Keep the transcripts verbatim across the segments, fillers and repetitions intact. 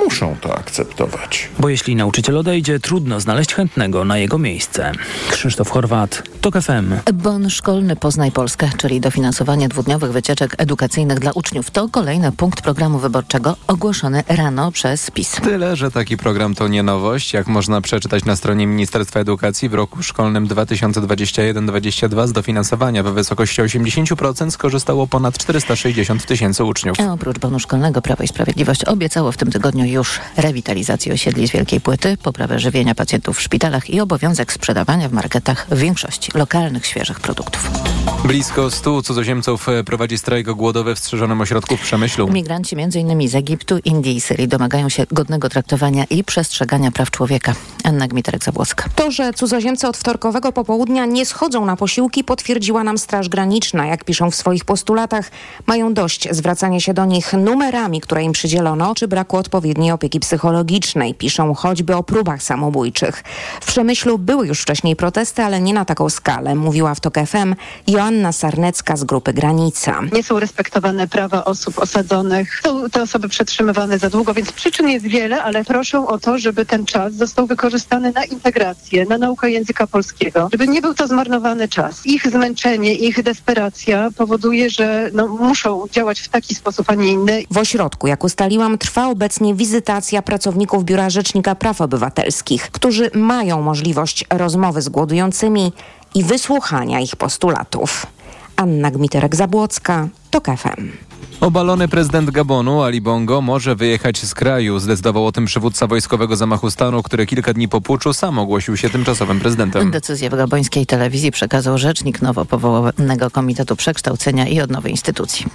muszą to akceptować. Bo jeśli nauczyciel odejdzie, trudno znaleźć chętnego na jego miejsce. Krzysztof Horwat, TOK F M. Bon szkolny Poznaj Polskę, czyli dofinansowanie dwudniowych wycieczek edukacyjnych dla uczniów, to kolejny punkt programu wyborczego ogłoszony rano przez PiS. Tyle, że taki program to nie nowość. Jak można przeczytać na stronie Ministerstwa Edukacji, w roku szkolnym dwa tysiące dwudziestym pierwszym dwudziestym drugim z dofinansowania w wysokości osiemdziesiąt procent skorzystało ponad czterysta sześćdziesiąt tysięcy uczniów. A oprócz bonu szkolnego Prawo i Sprawiedliwość obiecało w tym tygodniu już rewitalizację osiedli z Wielkiej Płyty, poprawę żywienia pacjentów w szpitalach i obowiązek sprzedawania w marketach większości lokalnych, świeżych produktów. Blisko stu cudzoziemców prowadzi strajk głodowy w strzeżonym ośrodku w Przemyślu. Migranci między innymi z Egiptu, Indii i Syrii domagają się godnego traktowania i przestrzegania praw człowieka. Anna Gmiterek-Zabłocka. To, że cudzoziemcy od wtorkowego popołudnia nie schodzą na posiłki, potwierdziła nam Straż Graniczna. Jak piszą w swoich postulatach, mają dość zwracania się do nich numerami, które im przydzielono, czy braku odpowiedniej opieki psychologicznej. Piszą choćby o próbach samobójczych. W Przemyślu były już wcześniej protesty, ale nie na taką skalę, mówiła w TOK F M Joanna Sarnecka z grupy Granica. Nie są respektowane prawa osób osadzonych, są te osoby przetrzymywane za długo, więc przyczyn jest wiele, ale proszą o to, żeby ten czas został wykorzystany na integrację, na naukę języka polskiego, żeby nie był to zmarnowany czas. Ich zmęczenie, ich desperacja powoduje, że no, muszą działać w taki sposób, a nie inny. W ośrodku, jak ustaliłam, trwa obecnie wizytacja pracowników Biura Rzecznika Praw Obywatelskich, którzy mają możliwość rozmowy z głodującymi i wysłuchania ich postulatów. Anna Gmiterek-Zabłocka, TOK F M. Obalony prezydent Gabonu, Ali Bongo, może wyjechać z kraju. Zdecydował o tym przywódca wojskowego zamachu stanu, który kilka dni po puczu sam ogłosił się tymczasowym prezydentem. Decyzję w gabońskiej telewizji przekazał rzecznik nowo powołanego Komitetu Przekształcenia i Odnowy Instytucji.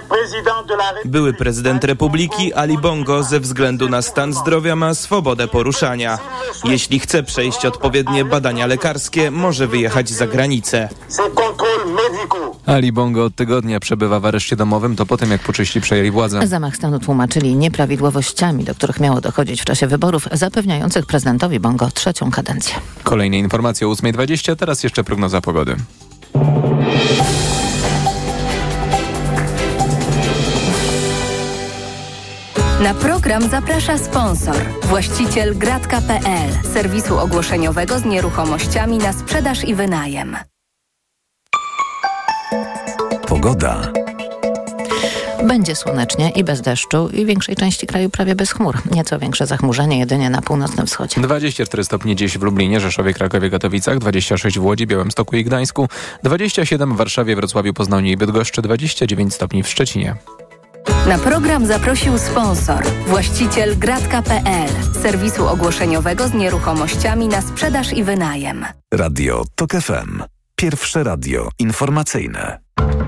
Były prezydent Republiki Ali Bongo ze względu na stan zdrowia ma swobodę poruszania. Jeśli chce przejść odpowiednie badania lekarskie, może wyjechać za granicę. Ali Bongo od tygodnia przebywa w areszcie domowym, to po tym jak puczyści przejęli władzę. Zamach stanu tłumaczyli nieprawidłowościami, do których miało dochodzić w czasie wyborów zapewniających prezydentowi Bongo trzecią kadencję. Kolejne informacje o ósma dwadzieścia, teraz jeszcze prognoza pogody. Na program zaprasza sponsor, właściciel gratka kropka pe el, serwisu ogłoszeniowego z nieruchomościami na sprzedaż i wynajem. Pogoda. Będzie słonecznie i bez deszczu i w większej części kraju prawie bez chmur. Nieco większe zachmurzenie jedynie na północnym wschodzie. dwadzieścia cztery stopnie dziś w Lublinie, Rzeszowie, Krakowie, Katowicach, dwadzieścia sześć w Łodzi, Białymstoku i Gdańsku, dwadzieścia siedem w Warszawie, Wrocławiu, Poznaniu i Bydgoszczy, dwadzieścia dziewięć stopni w Szczecinie. Na program zaprosił sponsor, właściciel gratka kropka pe el, serwisu ogłoszeniowego z nieruchomościami na sprzedaż i wynajem. Radio TOK F M. Pierwsze radio informacyjne.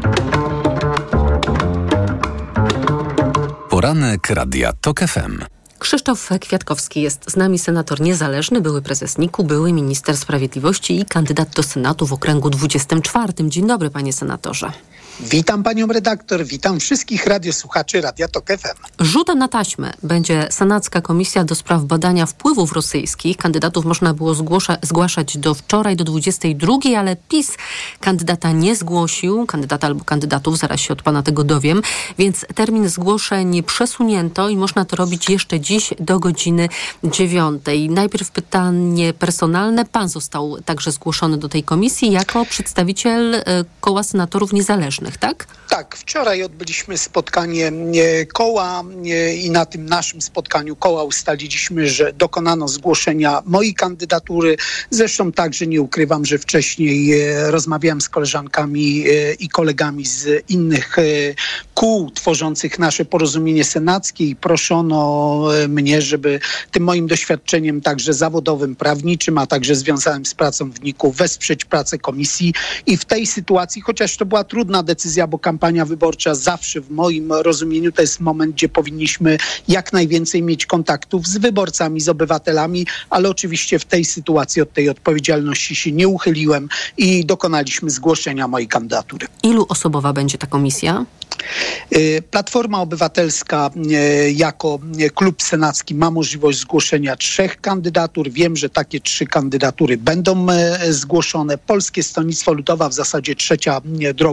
Poranek Radia TOK F M. Krzysztof Kwiatkowski jest z nami, senator niezależny, były prezes N I K-u, były minister sprawiedliwości i kandydat do Senatu w okręgu dwudziestym czwartym. Dzień dobry, panie senatorze. Witam panią redaktor, witam wszystkich radiosłuchaczy Radia TOK F M. Rzutem na taśmę będzie Senacka Komisja do Spraw Badania Wpływów Rosyjskich. Kandydatów można było zgłosza, zgłaszać do wczoraj, do dwudziestej drugiej, ale PiS kandydata nie zgłosił. Kandydata albo kandydatów, zaraz się od pana tego dowiem. Więc termin zgłoszeń przesunięto i można to robić jeszcze dziś do godziny dziewiątej. Najpierw pytanie personalne. Pan został także zgłoszony do tej komisji jako przedstawiciel e, Koła Senatorów Niezależnych. Tak? Tak, wczoraj odbyliśmy spotkanie e, koła e, i na tym naszym spotkaniu koła ustaliliśmy, że dokonano zgłoszenia mojej kandydatury. Zresztą także nie ukrywam, że wcześniej e, rozmawiałem z koleżankami e, i kolegami z innych e, kół tworzących nasze porozumienie senackie i proszono e, mnie, żeby tym moim doświadczeniem także zawodowym, prawniczym, a także związanym z pracą w N I K-u wesprzeć pracę komisji i w tej sytuacji, chociaż to była trudna decyzja, bo kampania wyborcza zawsze w moim rozumieniu to jest moment, gdzie powinniśmy jak najwięcej mieć kontaktów z wyborcami, z obywatelami, ale oczywiście w tej sytuacji od tej odpowiedzialności się nie uchyliłem i dokonaliśmy zgłoszenia mojej kandydatury. Ilu osobowa będzie ta komisja? Platforma Obywatelska jako klub senacki ma możliwość zgłoszenia trzech kandydatur. Wiem, że takie trzy kandydatury będą zgłoszone. Polskie Stronnictwo Ludowe, w zasadzie trzecia droga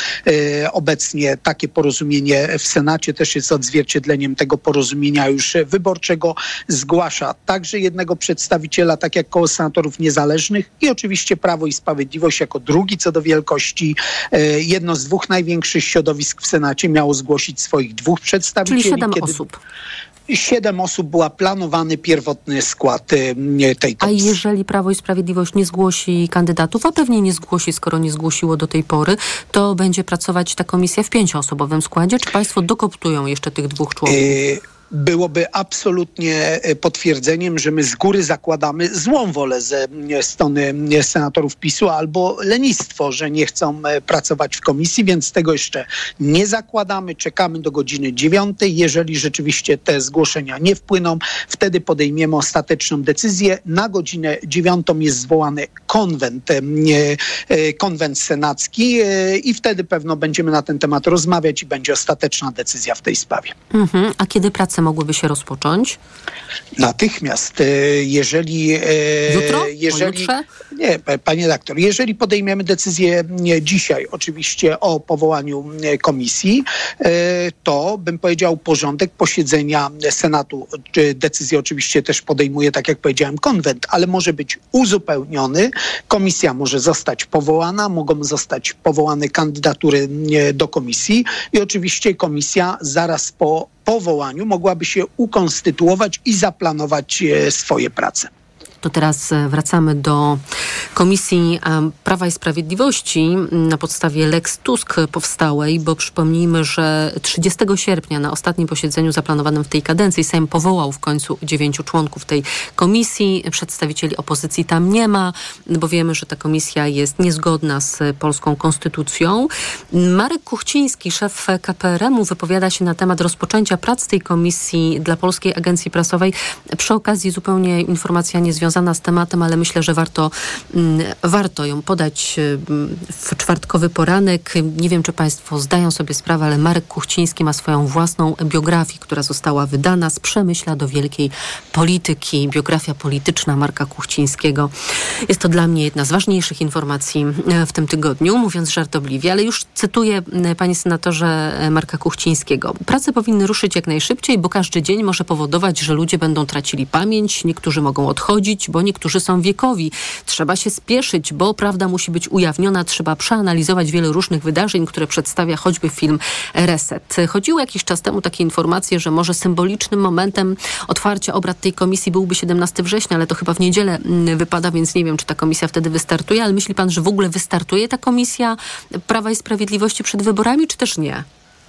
Obecnie takie porozumienie w Senacie też jest odzwierciedleniem tego porozumienia już wyborczego. Zgłasza także jednego przedstawiciela, tak jak Koło Senatorów Niezależnych i oczywiście Prawo i Sprawiedliwość jako drugi co do wielkości. Jedno z dwóch największych środowisk w Senacie miało zgłosić swoich dwóch przedstawicieli. Czyli siedem kiedy... osób. Siedem osób była planowany pierwotny skład tej komisji. A jeżeli Prawo i Sprawiedliwość nie zgłosi kandydatów, a pewnie nie zgłosi, skoro nie zgłosiło do tej pory, to będzie pracować ta komisja w pięcioosobowym składzie? Czy państwo dokoptują jeszcze tych dwóch członków? Y- Byłoby absolutnie potwierdzeniem, że my z góry zakładamy złą wolę ze strony senatorów PiSu albo lenistwo, że nie chcą pracować w komisji, więc tego jeszcze nie zakładamy. Czekamy do godziny dziewiątej. Jeżeli rzeczywiście te zgłoszenia nie wpłyną, wtedy podejmiemy ostateczną decyzję. Na godzinę dziewiątą jest zwołany konwent, konwent senacki i wtedy pewno będziemy na ten temat rozmawiać i będzie ostateczna decyzja w tej sprawie. Mhm. A kiedy prace mogłyby się rozpocząć? Natychmiast. Jeżeli... Jutro? Jeżeli, Pojutrze? nie, panie redaktor, jeżeli podejmiemy decyzję dzisiaj oczywiście o powołaniu komisji, to bym powiedział porządek posiedzenia Senatu. Decyzję oczywiście też podejmuje, tak jak powiedziałem, konwent, ale może być uzupełniony. Komisja może zostać powołana, mogą zostać powołane kandydatury do komisji i oczywiście komisja zaraz po powołaniu mogłaby się ukonstytuować i zaplanować swoje prace. To teraz wracamy do Komisji Prawa i Sprawiedliwości na podstawie Lex Tusk powstałej, bo przypomnijmy, że trzydziestego sierpnia na ostatnim posiedzeniu zaplanowanym w tej kadencji Sejm powołał w końcu dziewięciu członków tej komisji. Przedstawicieli opozycji tam nie ma, bo wiemy, że ta komisja jest niezgodna z polską konstytucją. Marek Kuchciński, szef K P R M-u, wypowiada się na temat rozpoczęcia prac tej komisji dla Polskiej Agencji Prasowej. Przy okazji zupełnie informacja niezwiązana z tematem, ale myślę, że warto, warto ją podać w czwartkowy poranek. Nie wiem, czy państwo zdają sobie sprawę, ale Marek Kuchciński ma swoją własną biografię, która została wydana z Przemyśla do wielkiej polityki. Biografia polityczna Marka Kuchcińskiego. Jest to dla mnie jedna z ważniejszych informacji w tym tygodniu, mówiąc żartobliwie, ale już cytuję, panie senatorze, Marka Kuchcińskiego. Prace powinny ruszyć jak najszybciej, bo każdy dzień może powodować, że ludzie będą tracili pamięć, niektórzy mogą odchodzić, bo niektórzy są wiekowi. Trzeba się spieszyć, bo prawda musi być ujawniona. Trzeba przeanalizować wiele różnych wydarzeń, które przedstawia choćby film Reset. Chodziło jakiś czas temu takie informacje, że może symbolicznym momentem otwarcia obrad tej komisji byłby siedemnastego września, ale to chyba w niedzielę wypada, więc nie wiem, czy ta komisja wtedy wystartuje, ale myśli pan, że w ogóle wystartuje ta komisja Prawa i Sprawiedliwości przed wyborami, czy też nie?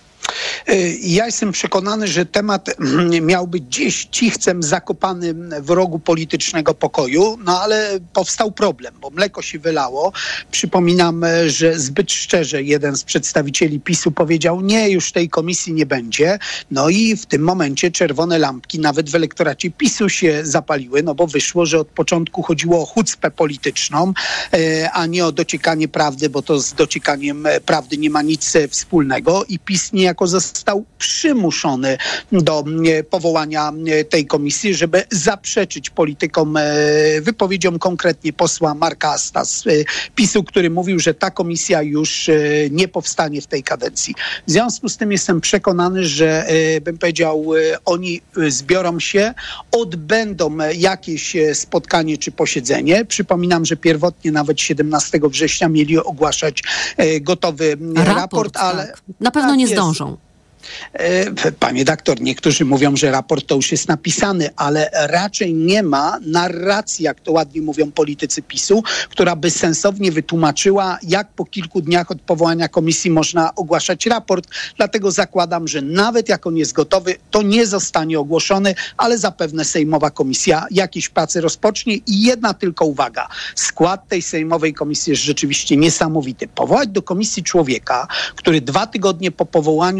Ja jestem przekonany, że temat miał być gdzieś cichcem zakopany w rogu politycznego pokoju, no ale powstał problem, bo mleko się wylało. Przypominam, że zbyt szczerze jeden z przedstawicieli PiSu powiedział, nie, już tej komisji nie będzie. No i w tym momencie czerwone lampki nawet w elektoracie PiSu się zapaliły, no bo wyszło, że od początku chodziło o chucpę polityczną, a nie o dociekanie prawdy, bo to z dociekaniem prawdy nie ma nic wspólnego i PiS niejako został przymuszony do powołania tej komisji, żeby zaprzeczyć politykom, wypowiedziom konkretnie posła Marka Asta z PiSu, który mówił, że ta komisja już nie powstanie w tej kadencji. W związku z tym jestem przekonany, że bym powiedział, oni zbiorą się, odbędą jakieś spotkanie czy posiedzenie. Przypominam, że pierwotnie nawet siedemnastego września mieli ogłaszać gotowy raport, raport ale... Tak. Na pewno tak nie jest. zdążą. Panie doktor, niektórzy mówią, że raport to już jest napisany, ale raczej nie ma narracji, jak to ładnie mówią politycy PiSu, która by sensownie wytłumaczyła, jak po kilku dniach od powołania komisji można ogłaszać raport. Dlatego zakładam, że nawet jak on jest gotowy, to nie zostanie ogłoszony, ale zapewne sejmowa komisja jakieś prace rozpocznie. I jedna tylko uwaga. Skład tej sejmowej komisji jest rzeczywiście niesamowity. Powołać do komisji człowieka, który dwa tygodnie po powołaniu na szefa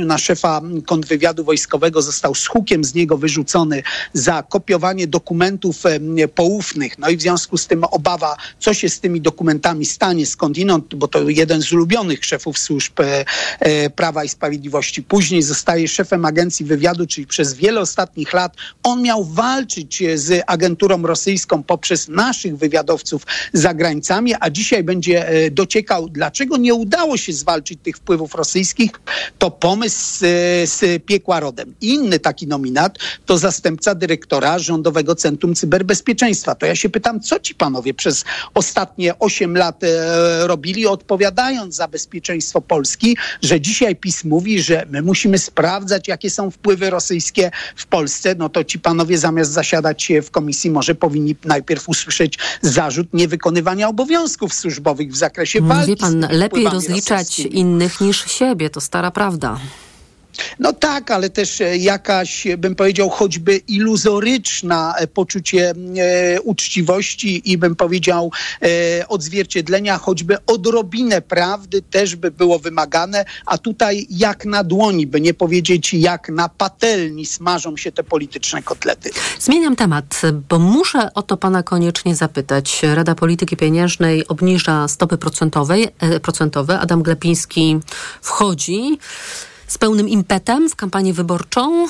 szefa kontrwywiadu wojskowego został z hukiem z niego wyrzucony za kopiowanie dokumentów poufnych. No i w związku z tym obawa, co się z tymi dokumentami stanie skądinąd, bo to jeden z ulubionych szefów służb Prawa i Sprawiedliwości. Później zostaje szefem agencji wywiadu, czyli przez wiele ostatnich lat on miał walczyć z agenturą rosyjską poprzez naszych wywiadowców za granicami, a dzisiaj będzie dociekał, dlaczego nie udało się zwalczyć tych wpływów rosyjskich. To pomysł z, z piekła rodem. Inny taki nominat to zastępca dyrektora Rządowego Centrum Cyberbezpieczeństwa. To ja się pytam, co ci panowie przez ostatnie osiem lat e, robili, odpowiadając za bezpieczeństwo Polski, że dzisiaj PiS mówi, że my musimy sprawdzać, jakie są wpływy rosyjskie w Polsce. No to ci panowie zamiast zasiadać w komisji może powinni najpierw usłyszeć zarzut niewykonywania obowiązków służbowych w zakresie walki. Mówi pan, lepiej rozliczać rosyjskimi. innych niż siebie. To stara prawda. No tak, ale też jakaś, bym powiedział, choćby iluzoryczna poczucie e, uczciwości i bym powiedział e, odzwierciedlenia, choćby odrobinę prawdy też by było wymagane, a tutaj jak na dłoni, by nie powiedzieć jak na patelni smażą się te polityczne kotlety. Zmieniam temat, bo muszę o to pana koniecznie zapytać. Rada Polityki Pieniężnej obniża stopy procentowej, e, procentowe. Adam Glapiński wchodzi z pełnym impetem w kampanię wyborczą.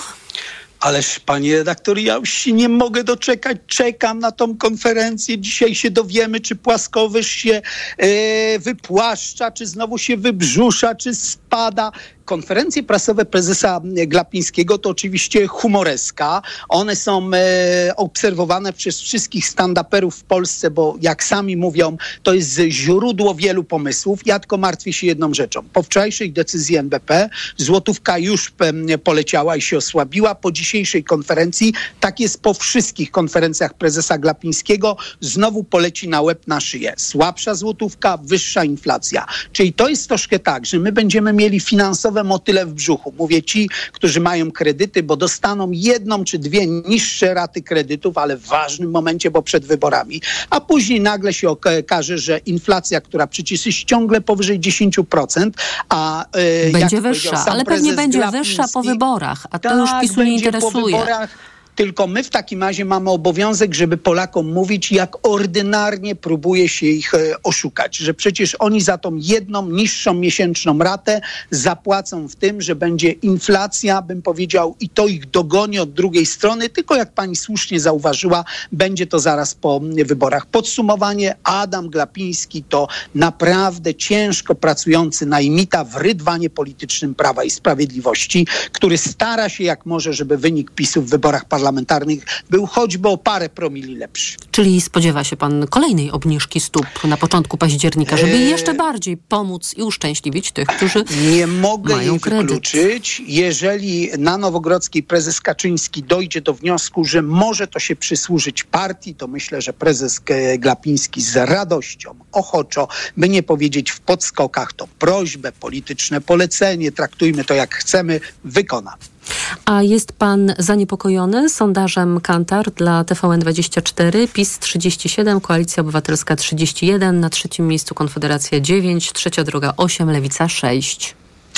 Ależ, panie redaktor, ja już się nie mogę doczekać. Czekam na tą konferencję. Dzisiaj się dowiemy, czy płaskowyż się e, wypłaszcza, czy znowu się wybrzusza, czy spada. Konferencje prasowe prezesa Glapińskiego to oczywiście humoreska. One są e, obserwowane przez wszystkich stand-uperów w Polsce, bo jak sami mówią, to jest źródło wielu pomysłów. Ja tylko martwię się jedną rzeczą. Po wczorajszej decyzji N B P złotówka już e, poleciała i się osłabiła. Po dzisiejszej konferencji, tak jest po wszystkich konferencjach prezesa Glapińskiego, znowu poleci na łeb na szyję. Słabsza złotówka, wyższa inflacja. Czyli to jest troszkę tak, że my będziemy mieli finansowe motyle w brzuchu. Mówię ci, którzy mają kredyty, bo dostaną jedną czy dwie niższe raty kredytów, ale w ważnym momencie, bo przed wyborami. A później nagle się okaże, że inflacja, która przecież jest ciągle powyżej dziesięć procent, a yy, będzie wyższa, ale pewnie będzie wyższa po wyborach, a to tak, już PiSu nie interesuje. Tylko my w takim razie mamy obowiązek, żeby Polakom mówić, jak ordynarnie próbuje się ich e, oszukać. Że przecież oni za tą jedną niższą miesięczną ratę zapłacą w tym, że będzie inflacja, bym powiedział, i to ich dogoni od drugiej strony. Tylko jak pani słusznie zauważyła, będzie to zaraz po wyborach. Podsumowanie, Adam Glapiński to naprawdę ciężko pracujący najmita w rydwanie politycznym Prawa i Sprawiedliwości, który stara się jak może, żeby wynik PiSu w wyborach parlamentarnych był choćby o parę promili lepszy. Czyli spodziewa się pan kolejnej obniżki stóp na początku października, żeby jeszcze bardziej pomóc i uszczęśliwić tych, którzy nie mogę mają jej kredyt. wykluczyć. Jeżeli na Nowogrodzkiej prezes Kaczyński dojdzie do wniosku, że może to się przysłużyć partii, to myślę, że prezes Glapiński z radością, ochoczo, by nie powiedzieć w podskokach, to prośbę, polityczne polecenie, traktujmy to jak chcemy, wykona. A jest pan zaniepokojony sondażem Kantar dla T V N dwadzieścia cztery? PiS trzydzieści siedem, Koalicja Obywatelska trzydzieści jeden, na trzecim miejscu Konfederacja dziewięć, Trzecia Droga osiem, Lewica sześć.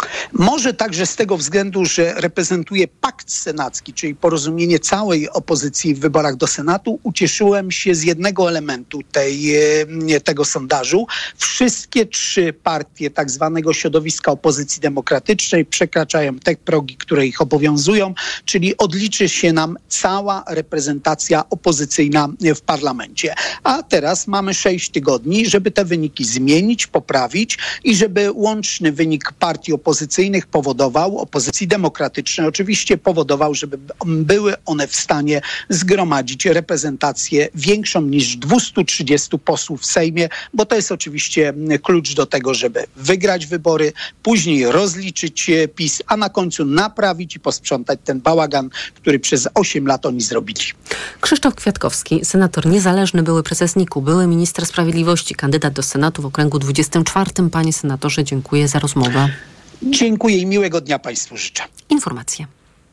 Może także z tego względu, że reprezentuje pakt senacki, czyli porozumienie całej opozycji w wyborach do Senatu, ucieszyłem się z jednego elementu tej, tego sondażu. Wszystkie trzy partie tak zwanego środowiska opozycji demokratycznej przekraczają te progi, które ich obowiązują, czyli odliczy się nam cała reprezentacja opozycyjna w parlamencie. A teraz mamy sześć tygodni, żeby te wyniki zmienić, poprawić i żeby łączny wynik partii opozycyjnych powodował, opozycji demokratycznej oczywiście powodował, żeby były one w stanie zgromadzić reprezentację większą niż dwieście trzydzieści posłów w Sejmie, bo to jest oczywiście klucz do tego, żeby wygrać wybory, później rozliczyć PiS, a na końcu naprawić i posprzątać ten bałagan, który przez osiem lat oni zrobili. Krzysztof Kwiatkowski, senator niezależny, były prezes N I K-u, były minister sprawiedliwości, kandydat do Senatu w okręgu dwudziestym czwartym. Panie senatorze, dziękuję za rozmowę. Dziękuję i miłego dnia państwu życzę. Informacje.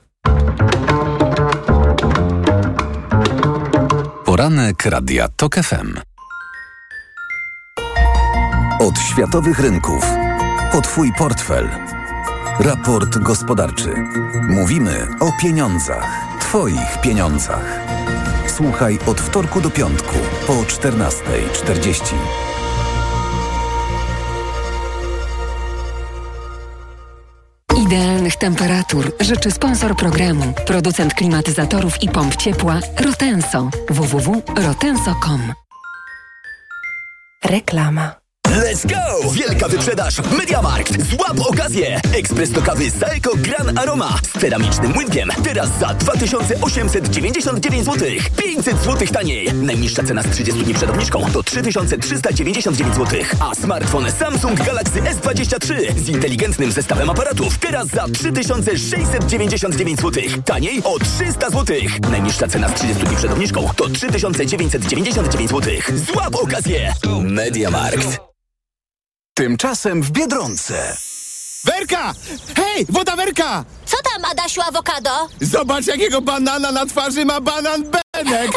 Poranek Radia TOK F M. Od światowych rynków po Twój portfel. Raport gospodarczy. Mówimy o pieniądzach. Twoich pieniądzach. Słuchaj od wtorku do piątku po czternasta czterdzieści. Idealnych temperatur życzy sponsor programu, producent klimatyzatorów i pomp ciepła Rotenso. w w w kropka rotenso kropka com. Reklama. Let's go! Wielka wyprzedaż w MediaMarkt. Złap okazję! Ekspres do kawy Saeco Gran Aroma z ceramicznym młynkiem. Teraz za dwa tysiące osiemset dziewięćdziesiąt dziewięć złotych. pięćset złotych taniej. Najniższa cena z trzydziestu dni przed obniżką to trzy tysiące trzysta dziewięćdziesiąt dziewięć złotych. A smartfon Samsung Galaxy S dwadzieścia trzy z inteligentnym zestawem aparatów teraz za trzy tysiące sześćset dziewięćdziesiąt dziewięć złotych. Taniej o trzysta złotych. Najniższa cena z trzydziestu dni przed obniżką to trzy tysiące dziewięćset dziewięćdziesiąt dziewięć złotych. Złap okazję! MediaMarkt. Tymczasem w Biedronce. Werka! Hej, woda Werka! Co tam, Adasiu Awokado? Zobacz, jakiego banana na twarzy ma banan Benek!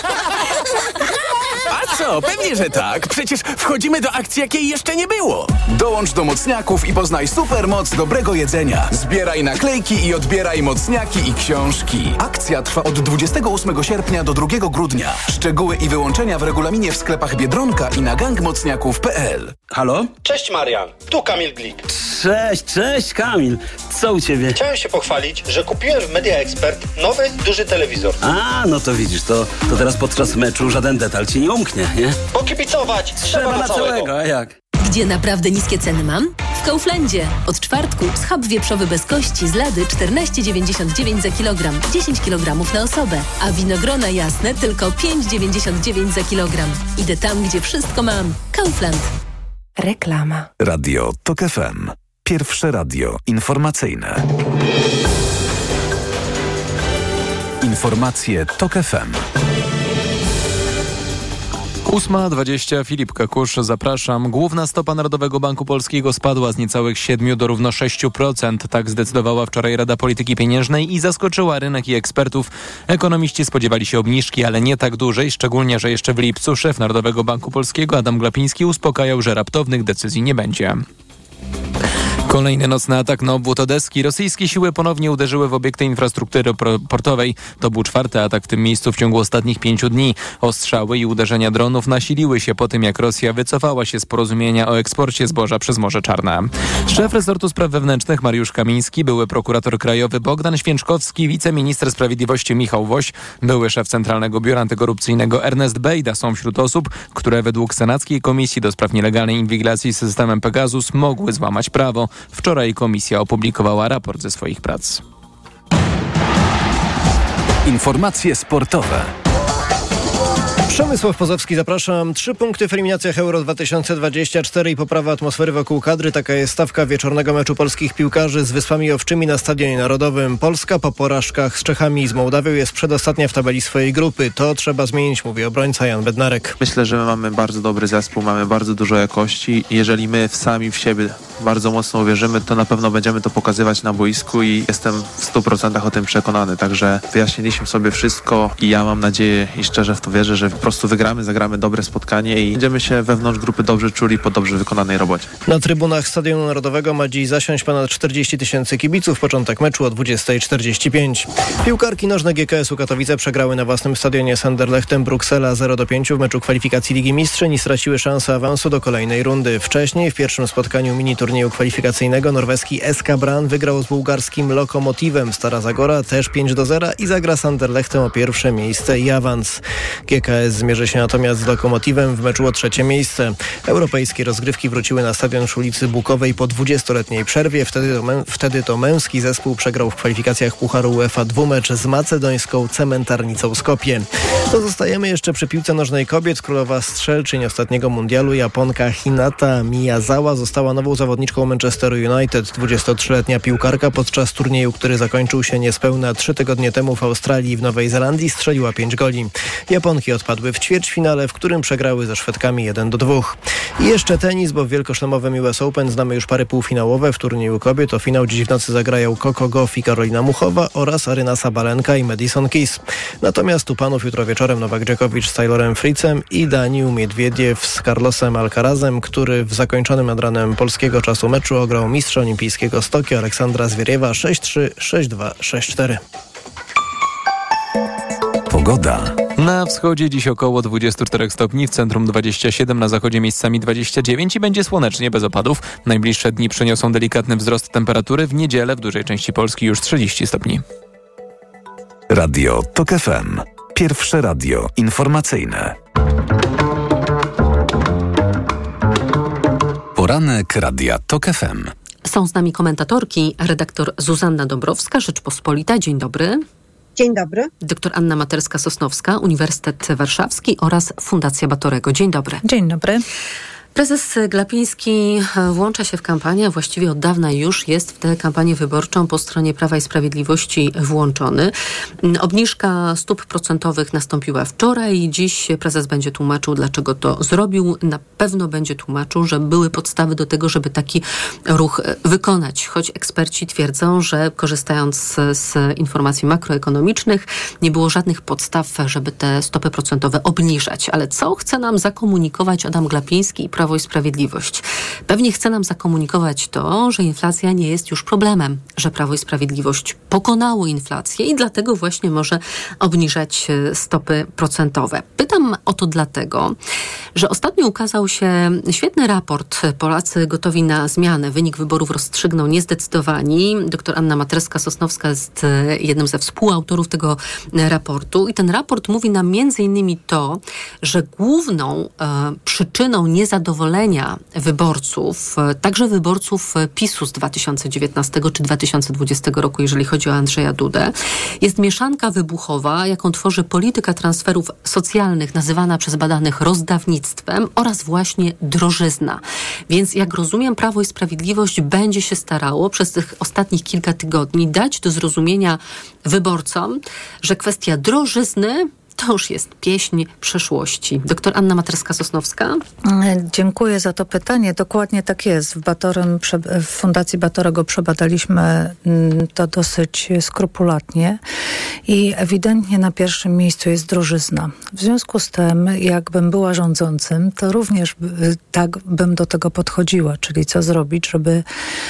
A co? Pewnie, że tak. Przecież wchodzimy do akcji, jakiej jeszcze nie było. Dołącz do mocniaków i poznaj supermoc dobrego jedzenia. Zbieraj naklejki i odbieraj mocniaki i książki. Akcja trwa od dwudziestego ósmego sierpnia do drugiego grudnia. Szczegóły i wyłączenia w regulaminie w sklepach Biedronka i na gang mocniaków kropka p l. Halo? Cześć Marian, tu Kamil Glik. Cześć, cześć Kamil. Co u ciebie? Chciałem się pochwalić, że kupiłem w Media Expert nowy, duży telewizor. A, no to widzisz, to, to teraz podczas meczu żaden detal ci nie umknie, nie? Pokibicować trzeba, trzeba na całego. całego. A jak? Gdzie naprawdę niskie ceny mam? W Kauflandzie. Od czwartku schab wieprzowy bez kości z lady czternaście dziewięćdziesiąt dziewięć za kilogram, dziesięć kilogramów na osobę, a winogrona jasne tylko pięć dziewięćdziesiąt dziewięć za kilogram. Idę tam, gdzie wszystko mam. Kaufland. Reklama. Radio TOK F M. Pierwsze radio informacyjne. Informacje TOK F M. ósma dwadzieścia, Filip Kakusz, zapraszam. Główna stopa Narodowego Banku Polskiego spadła z niecałych siedmiu do równo sześciu procent. Tak zdecydowała wczoraj Rada Polityki Pieniężnej i zaskoczyła rynek i ekspertów. Ekonomiści spodziewali się obniżki, ale nie tak dużej, szczególnie, że jeszcze w lipcu szef Narodowego Banku Polskiego Adam Glapiński uspokajał, że raptownych decyzji nie będzie. Kolejny nocny atak na obwód Odeski. Rosyjskie siły ponownie uderzyły w obiekty infrastruktury portowej. To był czwarty atak w tym miejscu w ciągu ostatnich pięciu dni. Ostrzały i uderzenia dronów nasiliły się po tym, jak Rosja wycofała się z porozumienia o eksporcie zboża przez Morze Czarne. Szef resortu spraw wewnętrznych Mariusz Kamiński, były prokurator krajowy Bogdan Święczkowski, wiceminister sprawiedliwości Michał Woś, były szef Centralnego Biura Antykorupcyjnego Ernest Bejda są wśród osób, które według Senackiej Komisji do Spraw Nielegalnej Inwigilacji systemem Pegasus mogły złamać prawo. Wczoraj komisja opublikowała raport ze swoich prac. Informacje sportowe. Przemysław Pozowski, zapraszam. Trzy punkty w eliminacjach Euro dwa tysiące dwadzieścia cztery i poprawa atmosfery wokół kadry. Taka jest stawka wieczornego meczu polskich piłkarzy z Wyspami Owczymi na Stadionie Narodowym. Polska po porażkach z Czechami i z Mołdawią jest przedostatnia w tabeli swojej grupy. To trzeba zmienić, mówi obrońca Jan Bednarek. Myślę, że my mamy bardzo dobry zespół, mamy bardzo dużo jakości. Jeżeli my sami w siebie bardzo mocno uwierzymy, to na pewno będziemy to pokazywać na boisku i jestem w stu procentach o tym przekonany. Także wyjaśniliśmy sobie wszystko i ja mam nadzieję i szczerze w to wierzę, że po prostu wygramy, zagramy dobre spotkanie i będziemy się wewnątrz grupy dobrze czuli po dobrze wykonanej robocie. Na trybunach Stadionu Narodowego ma dziś zasiąść ponad czterdzieści tysięcy kibiców. Początek meczu o dwudziesta czterdzieści pięć. Piłkarki nożne G K S-u Katowice przegrały na własnym stadionie z Anderlechtem Bruksela zero do pięciu w meczu kwalifikacji Ligi Mistrzyń i straciły szansę awansu do kolejnej rundy. Wcześniej w pierwszym spotkaniu mini turnieju kwalifikacyjnego norweski S K Brann wygrał z bułgarskim Lokomotivem. Stara Zagora też pięć do zera i zagra z Anderlechtem o pierwsze miejsce i awans. G K S zmierzy się natomiast z Lokomotivem w meczu o trzecie miejsce. Europejskie rozgrywki wróciły na stadion przy ulicy Bukowej po dwudziestoletniej przerwie. Wtedy to, mę- wtedy to męski zespół przegrał w kwalifikacjach Pucharu UEFA dwumecz z macedońską Cementarnicą Skopje. To zostajemy jeszcze przy piłce nożnej kobiet. Królowa strzelczyń ostatniego mundialu, Japonka Hinata Miyazawa, została nową zawodniczką Manchesteru United. dwudziestotrzyletnia piłkarka podczas turnieju, który zakończył się niespełna trzy tygodnie temu w Australii i w Nowej Zelandii, strzeliła pięć goli. Japonki odpadły zawiodły w ćwierćfinale, w którym przegrały ze Szwedkami jeden do dwóch. I jeszcze tenis, bo w wielkoszlemowym U S Open znamy już pary półfinałowe. W turnieju kobiet o finał dziś w nocy zagrają Coco Gauff i Karolina Muchowa oraz Aryna Sabalenka i Madison Keys. Natomiast u panów jutro wieczorem Nowak Djokovic z Taylorem Fritzem i Daniil Miedwiediew z Carlosem Alcarazem, który w zakończonym nad ranem polskiego czasu meczu ograł mistrza olimpijskiego z Tokio Aleksandra Zwieriewa sześć trzy, sześć dwa, sześć cztery. Pogoda. Na wschodzie dziś około dwadzieścia cztery stopni, w centrum dwadzieścia siedem, na zachodzie miejscami dwadzieścia dziewięć i będzie słonecznie, bez opadów. Najbliższe dni przyniosą delikatny wzrost temperatury. W niedzielę w dużej części Polski już trzydzieści stopni. Radio TOK F M. Pierwsze radio informacyjne. Poranek Radia TOK F M. Są z nami komentatorki, redaktor Zuzanna Dąbrowska, Rzeczpospolita. Dzień dobry. Dzień dobry. Doktor Anna Materska-Sosnowska, Uniwersytet Warszawski oraz Fundacja Batorego. Dzień dobry. Dzień dobry. Prezes Glapiński włącza się w kampanię, a właściwie od dawna już jest w tę kampanię wyborczą po stronie Prawa i Sprawiedliwości włączony. Obniżka stóp procentowych nastąpiła wczoraj i dziś prezes będzie tłumaczył, dlaczego to zrobił. Na pewno będzie tłumaczył, że były podstawy do tego, żeby taki ruch wykonać. Choć eksperci twierdzą, że korzystając z, z informacji makroekonomicznych, nie było żadnych podstaw, żeby te stopy procentowe obniżać. Ale co chce nam zakomunikować Adam Glapiński i Prawo i Sprawiedliwość? Pewnie chce nam zakomunikować to, że inflacja nie jest już problemem, że Prawo i Sprawiedliwość pokonało inflację i dlatego właśnie może obniżać stopy procentowe. Pytam o to dlatego, że ostatnio ukazał się świetny raport Polacy gotowi na zmianę. Wynik wyborów rozstrzygnął niezdecydowani. Doktor Anna Materska-Sosnowska jest jednym ze współautorów tego raportu i ten raport mówi nam między innymi to, że główną e, przyczyną niezadowolenia wyborców, także wyborców PiSu z dwa tysiące dziewiętnastego czy dwa tysiące dwudziestego roku, jeżeli chodzi o Andrzeja Dudę, jest mieszanka wybuchowa, jaką tworzy polityka transferów socjalnych, nazywana przez badanych rozdawnictwem, oraz właśnie drożyzna. Więc jak rozumiem, Prawo i Sprawiedliwość będzie się starało przez tych ostatnich kilka tygodni dać do zrozumienia wyborcom, że kwestia drożyzny to już jest pieśń przeszłości. Doktor Anna Materska-Sosnowska. Dziękuję za to pytanie. Dokładnie tak jest. W, Batorem, w Fundacji Batorego przebadaliśmy to dosyć skrupulatnie i ewidentnie na pierwszym miejscu jest drożyzna. W związku z tym, jakbym była rządzącym, to również tak bym do tego podchodziła, czyli co zrobić, żeby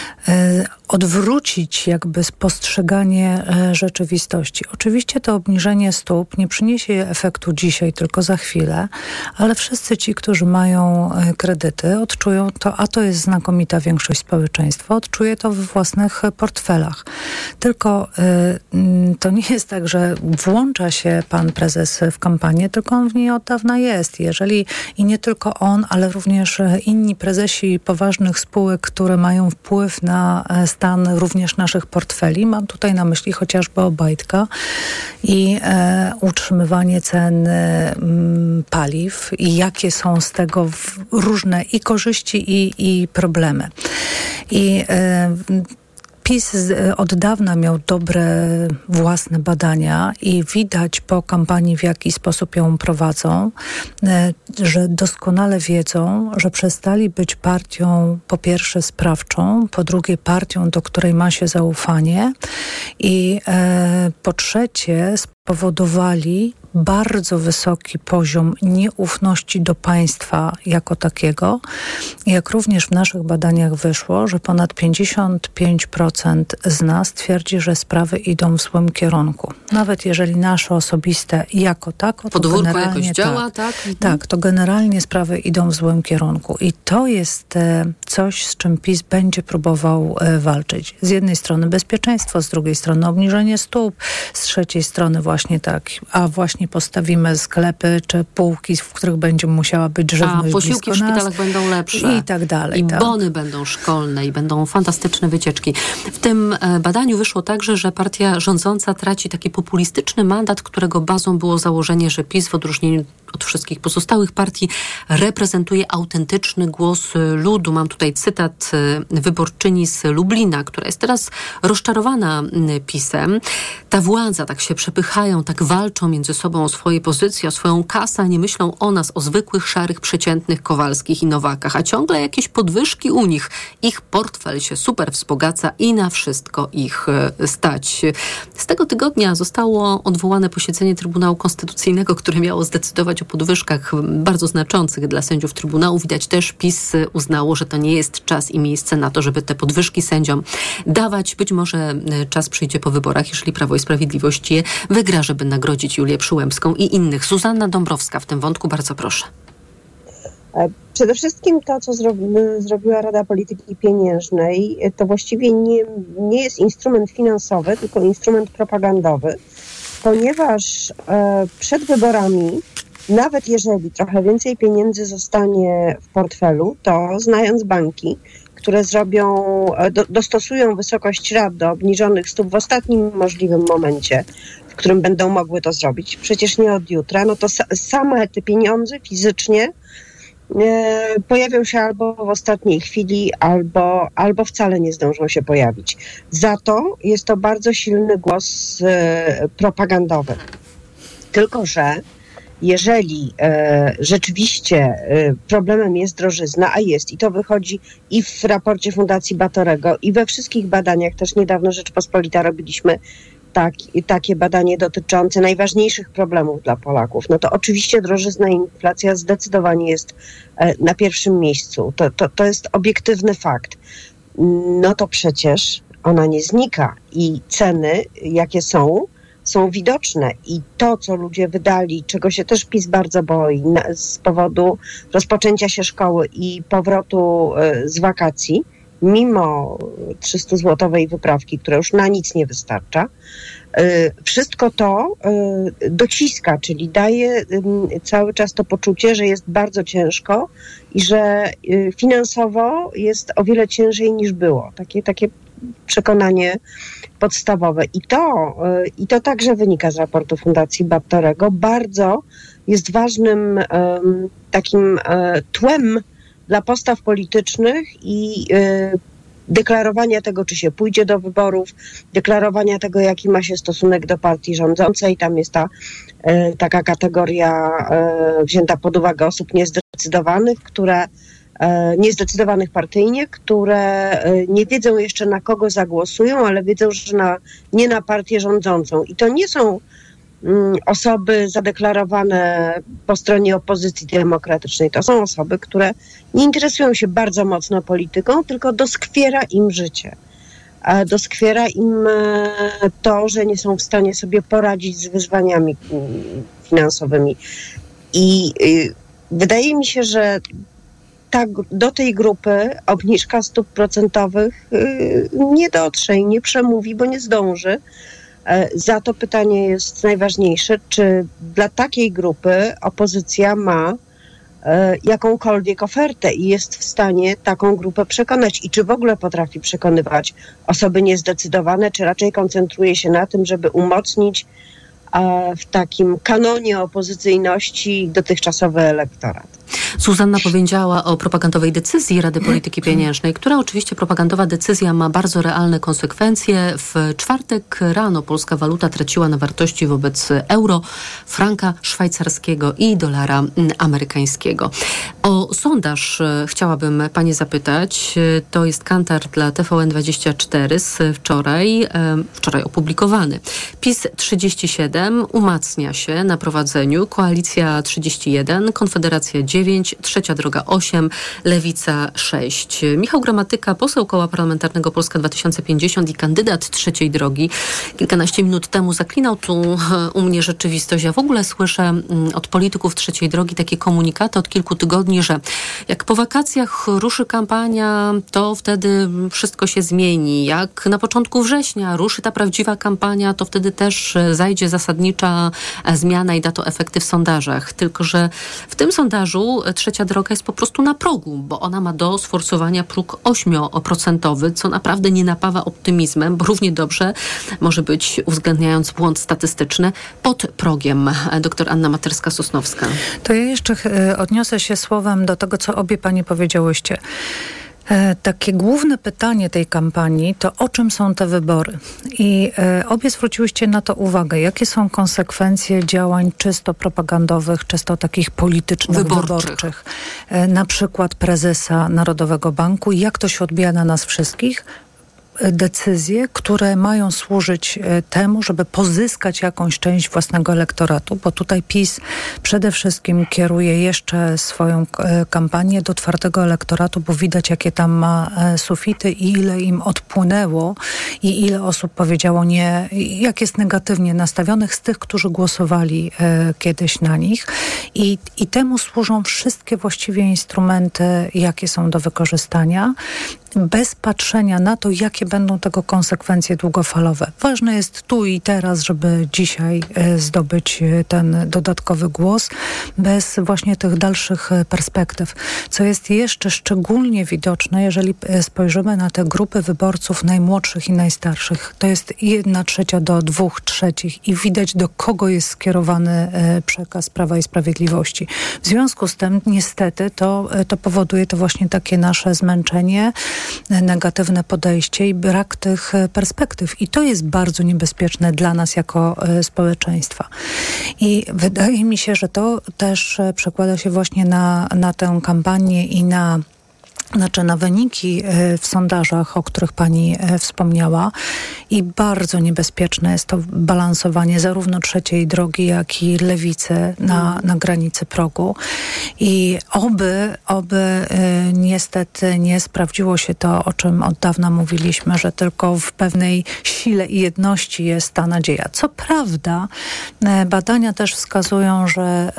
odwrócić jakby postrzeganie rzeczywistości. Oczywiście to obniżenie stóp nie przyniesie efektu dzisiaj, tylko za chwilę, ale wszyscy ci, którzy mają kredyty, odczują to, a to jest znakomita większość społeczeństwa, odczuje to we własnych portfelach. Tylko y, to nie jest tak, że włącza się pan prezes w kampanię, tylko on w niej od dawna jest. Jeżeli i nie tylko on, ale również inni prezesi poważnych spółek, które mają wpływ na stan również naszych portfeli. Mam tutaj na myśli chociażby Obajtka i e, utrzymywanie cen m, paliw i jakie są z tego w, różne i korzyści i, i problemy. I e, PiS od dawna miał dobre własne badania i widać po kampanii, w jaki sposób ją prowadzą, że doskonale wiedzą, że przestali być partią po pierwsze sprawczą, po drugie partią, do której ma się zaufanie i e, po trzecie spowodowali bardzo wysoki poziom nieufności do państwa jako takiego. Jak również w naszych badaniach wyszło, że ponad pięćdziesiąt pięć procent z nas twierdzi, że sprawy idą w złym kierunku. Nawet jeżeli nasze osobiste jako tako, to podwórko generalnie jakoś działa, tak? Tak, tak, to generalnie sprawy idą w złym kierunku. I to jest e, coś, z czym PiS będzie próbował e, walczyć. Z jednej strony bezpieczeństwo, z drugiej strony obniżenie stóp, z trzeciej strony właśnie tak, a właśnie postawimy sklepy czy półki, w których będzie musiała być żywność. A posiłki w szpitalach będą lepsze. I tak dalej. I tak. bony będą szkolne i będą fantastyczne wycieczki. W tym badaniu wyszło także, że partia rządząca traci taki populistyczny mandat, którego bazą było założenie, że PiS w odróżnieniu od wszystkich pozostałych partii reprezentuje autentyczny głos ludu. Mam tutaj cytat wyborczyni z Lublina, która jest teraz rozczarowana PiS-em. Ta władza, tak się przepychają starają, tak walczą między sobą o swoje pozycje, o swoją kasę, nie myślą o nas, o zwykłych, szarych, przeciętnych Kowalskich i Nowakach, a ciągle jakieś podwyżki u nich. Ich portfel się super wzbogaca i na wszystko ich stać. Z tego tygodnia zostało odwołane posiedzenie Trybunału Konstytucyjnego, które miało zdecydować o podwyżkach bardzo znaczących dla sędziów Trybunału. Widać też, PiS uznało, że to nie jest czas i miejsce na to, żeby te podwyżki sędziom dawać. Być może czas przyjdzie po wyborach, jeżeli Prawo i Sprawiedliwość je wygra, żeby nagrodzić Julię Przyłębską i innych. Zuzanna Dąbrowska w tym wątku, bardzo proszę. Przede wszystkim to, co zro- zrobiła Rada Polityki Pieniężnej, to właściwie nie, nie jest instrument finansowy, tylko instrument propagandowy, ponieważ e, przed wyborami, nawet jeżeli trochę więcej pieniędzy zostanie w portfelu, to znając banki, które zrobią, do, dostosują wysokość rat do obniżonych stóp w ostatnim możliwym momencie, w którym będą mogły to zrobić, przecież nie od jutra, no to sa- same te pieniądze fizycznie e, pojawią się albo w ostatniej chwili, albo, albo wcale nie zdążą się pojawić. Za to jest to bardzo silny głos e, propagandowy. Tylko że jeżeli e, rzeczywiście e, problemem jest drożyzna, a jest, i to wychodzi i w raporcie Fundacji Batorego, i we wszystkich badaniach, też niedawno Rzeczpospolita robiliśmy tak, takie badanie dotyczące najważniejszych problemów dla Polaków, no to oczywiście drożyzna i inflacja zdecydowanie jest e, na pierwszym miejscu. To, to, to jest obiektywny fakt. No to przecież ona nie znika i ceny, jakie są, są widoczne i to, co ludzie wydali, czego się też PiS bardzo boi na, z powodu rozpoczęcia się szkoły i powrotu y, z wakacji, mimo trzystu-złotowej wyprawki, która już na nic nie wystarcza, y, wszystko to y, dociska, czyli daje y, cały czas to poczucie, że jest bardzo ciężko i że y, finansowo jest o wiele ciężej niż było. Takie, takie przekonanie podstawowe. I to, i to także wynika z raportu Fundacji Batorego. Bardzo jest ważnym um, takim um, tłem dla postaw politycznych i um, deklarowania tego, czy się pójdzie do wyborów, deklarowania tego, jaki ma się stosunek do partii rządzącej. Tam jest ta um, taka kategoria um, wzięta pod uwagę osób niezdecydowanych, które niezdecydowanych partyjnie, które nie wiedzą jeszcze, na kogo zagłosują, ale wiedzą, że na, nie na partię rządzącą. I to nie są mm, osoby zadeklarowane po stronie opozycji demokratycznej. To są osoby, które nie interesują się bardzo mocno polityką, tylko doskwiera im życie. A doskwiera im to, że nie są w stanie sobie poradzić z wyzwaniami finansowymi. I y, wydaje mi się, że tak, do tej grupy obniżka stóp procentowych yy, nie dotrze i nie przemówi, bo nie zdąży. Yy, za to pytanie jest najważniejsze, czy dla takiej grupy opozycja ma yy, jakąkolwiek ofertę i jest w stanie taką grupę przekonać i czy w ogóle potrafi przekonywać osoby niezdecydowane, czy raczej koncentruje się na tym, żeby umocnić yy, w takim kanonie opozycyjności dotychczasowy elektorat. Zuzanna powiedziała o propagandowej decyzji Rady Polityki Pieniężnej, która oczywiście propagandowa decyzja ma bardzo realne konsekwencje. W czwartek rano polska waluta traciła na wartości wobec euro, franka szwajcarskiego i dolara amerykańskiego. O sondaż chciałabym Panie zapytać. To jest Kantar dla T V N dwadzieścia cztery z wczoraj, wczoraj opublikowany. PiS trzydzieści siedem umacnia się na prowadzeniu, Koalicja trzydzieści jeden, Konfederacja dziewięć, Trzecia Droga osiem, Lewica sześć. Michał Gramatyka, poseł Koła Parlamentarnego Polska dwa tysiące pięćdziesiąt i kandydat Trzeciej Drogi, kilkanaście minut temu zaklinał tu u mnie rzeczywistość. Ja w ogóle słyszę od polityków Trzeciej Drogi takie komunikaty od kilku tygodni, że jak po wakacjach ruszy kampania, to wtedy wszystko się zmieni. Jak na początku września ruszy ta prawdziwa kampania, to wtedy też zajdzie zasadnicza zmiana i da to efekty w sondażach. Tylko że w tym sondażu Trzecia Droga jest po prostu na progu, bo ona ma do sforsowania próg ośmioprocentowy, co naprawdę nie napawa optymizmem, bo równie dobrze może być, uwzględniając błąd statystyczny, pod progiem. Doktor Anna Materska-Sosnowska. To ja jeszcze odniosę się słowem do tego, co obie panie powiedziałyście. E, takie główne pytanie tej kampanii to o czym są te wybory? I e, obie zwróciłyście na to uwagę. Jakie są konsekwencje działań czysto propagandowych, czysto takich politycznych, wyborczych, wyborczych e, na przykład prezesa Narodowego Banku i jak to się odbija na nas wszystkich? Decyzje, które mają służyć temu, żeby pozyskać jakąś część własnego elektoratu, bo tutaj PiS przede wszystkim kieruje jeszcze swoją kampanię do twardego elektoratu, bo widać, jakie tam ma sufity i ile im odpłynęło i ile osób powiedziało nie, jak jest negatywnie nastawionych z tych, którzy głosowali kiedyś na nich. I, i temu służą wszystkie właściwie instrumenty, jakie są do wykorzystania, bez patrzenia na to, jakie będą tego konsekwencje długofalowe. Ważne jest tu i teraz, żeby dzisiaj zdobyć ten dodatkowy głos, bez właśnie tych dalszych perspektyw. Co jest jeszcze szczególnie widoczne, jeżeli spojrzymy na te grupy wyborców najmłodszych i najstarszych. To jest jedna trzecia do dwóch trzecich i widać, do kogo jest skierowany przekaz Prawa i Sprawiedliwości. W związku z tym niestety to, to powoduje to właśnie takie nasze zmęczenie, negatywne podejście i brak tych perspektyw. I to jest bardzo niebezpieczne dla nas jako społeczeństwa. I wydaje mi się, że to też przekłada się właśnie na, na tę kampanię i na Znaczy na wyniki w sondażach, o których pani wspomniała, i bardzo niebezpieczne jest to balansowanie zarówno trzeciej drogi, jak i lewicy na, na granicy progu. I oby, oby niestety nie sprawdziło się to, o czym od dawna mówiliśmy, że tylko w pewnej sile i jedności jest ta nadzieja. Co prawda badania też wskazują, że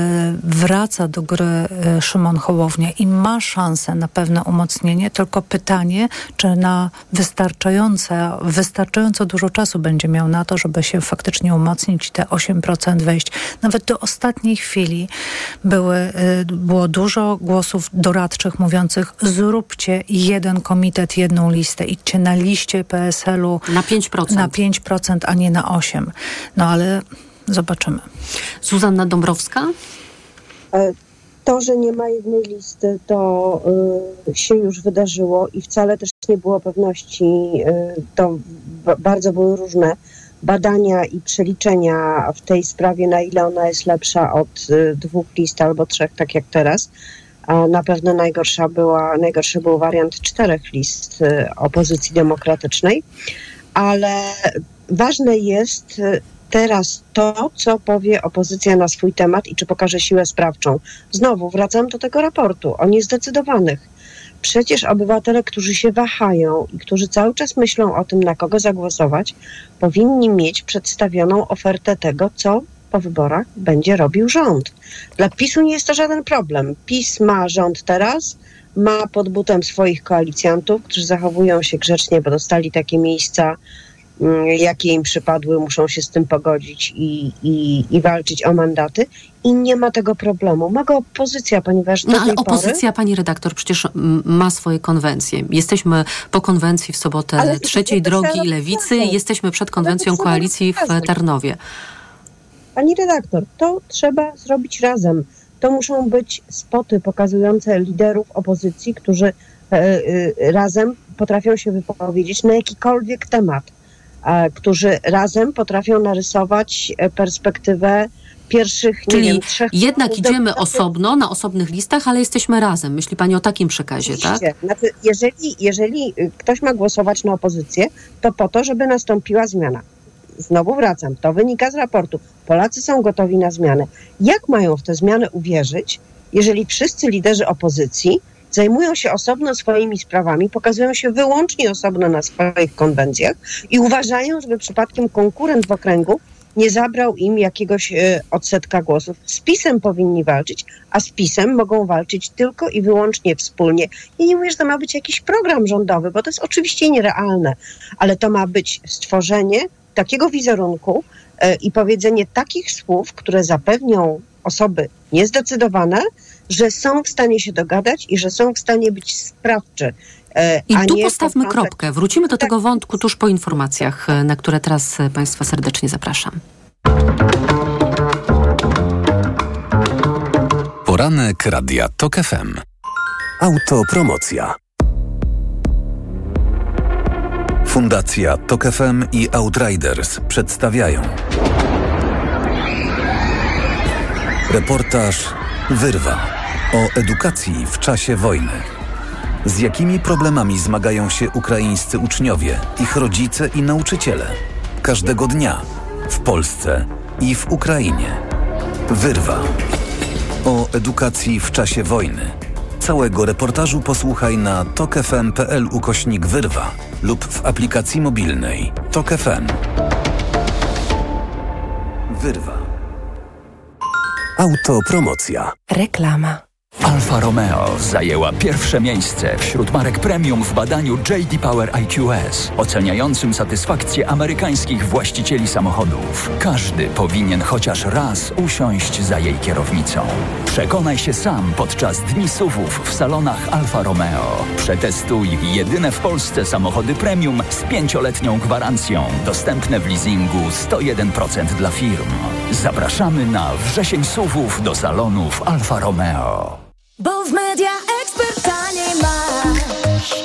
wraca do gry Szymon Hołownia i ma szansę na pewne umocnienie, tylko pytanie, czy na wystarczające, wystarczająco dużo czasu będzie miał na to, żeby się faktycznie umocnić, te osiem procent wejść. Nawet do ostatniej chwili były, było dużo głosów doradczych mówiących, zróbcie jeden komitet, jedną listę, idźcie na liście P S L u na pięć procent, na pięć procent, a nie na osiem procent. No ale zobaczymy. Zuzanna Dąbrowska? To, że nie ma jednej listy, to y, się już wydarzyło i wcale też nie było pewności. Y, to b- bardzo były różne badania i przeliczenia w tej sprawie, na ile ona jest lepsza od y, dwóch list albo trzech, tak jak teraz. A na pewno najgorsza była, najgorszy był wariant czterech list y, opozycji demokratycznej. Ale ważne jest y, teraz to, co powie opozycja na swój temat i czy pokaże siłę sprawczą. Znowu wracam do tego raportu o niezdecydowanych. Przecież obywatele, którzy się wahają i którzy cały czas myślą o tym, na kogo zagłosować, powinni mieć przedstawioną ofertę tego, co po wyborach będzie robił rząd. Dla PiSu nie jest to żaden problem. PiS ma rząd teraz, ma pod butem swoich koalicjantów, którzy zachowują się grzecznie, bo dostali takie miejsca, jakie im przypadły, muszą się z tym pogodzić i, i, i walczyć o mandaty. I nie ma tego problemu. Ma go opozycja, ponieważ do No ale tej opozycja, pory... pani redaktor, przecież ma swoje konwencje. Jesteśmy po konwencji w sobotę Ale trzeciej to drogi trzeba Lewicy, pokazać. jesteśmy przed konwencją Ale to trzeba koalicji w pokazać. Tarnowie. Pani redaktor, to trzeba zrobić razem. To muszą być spoty pokazujące liderów opozycji, którzy e, e, razem potrafią się wypowiedzieć na jakikolwiek temat, e, którzy razem potrafią narysować perspektywę pierwszych, nie Czyli wiem, trzech... jednak idziemy osobno, na osobnych listach, ale jesteśmy razem. Myśli pani o takim przekazie, tak? Znaczy, jeżeli, jeżeli ktoś ma głosować na opozycję, to po to, żeby nastąpiła zmiana. Znowu wracam, to wynika z raportu. Polacy są gotowi na zmianę. Jak mają w tę zmianę uwierzyć, jeżeli wszyscy liderzy opozycji zajmują się osobno swoimi sprawami, pokazują się wyłącznie osobno na swoich konwencjach i uważają, żeby przypadkiem konkurent w okręgu nie zabrał im jakiegoś y, odsetka głosów. Z PiS-em powinni walczyć, a z PiS-em mogą walczyć tylko i wyłącznie wspólnie. I nie mówię, że to ma być jakiś program rządowy, bo to jest oczywiście nierealne, ale to ma być stworzenie takiego wizerunku y, i powiedzenie takich słów, które zapewnią osoby niezdecydowane, że są w stanie się dogadać i że są w stanie być sprawczy. I tu postawmy kropkę. Wrócimy do tego wątku tuż po informacjach, na które teraz Państwa serdecznie zapraszam. Poranek Radia Tok F M. Autopromocja. Fundacja Tok F M i Outriders przedstawiają reportaż Wyrwa o edukacji w czasie wojny. Z jakimi problemami zmagają się ukraińscy uczniowie, ich rodzice i nauczyciele każdego dnia w Polsce i w Ukrainie. Wyrwa o edukacji w czasie wojny. Całego reportażu posłuchaj na tok f m kropka p l ukośnik wyrwa lub w aplikacji mobilnej Tok F M. Wyrwa. Autopromocja. Reklama. Alfa Romeo zajęła pierwsze miejsce wśród marek premium w badaniu J D Power I Q S, oceniającym satysfakcję amerykańskich właścicieli samochodów. Każdy powinien chociaż raz usiąść za jej kierownicą. Przekonaj się sam podczas Dni S U V-ów w salonach Alfa Romeo. Przetestuj jedyne w Polsce samochody premium z pięcioletnią gwarancją, dostępne w leasingu sto jeden procent dla firm. Zapraszamy na wrzesień S U V-ów do salonów Alfa Romeo. Bo w Media Expert taniej masz.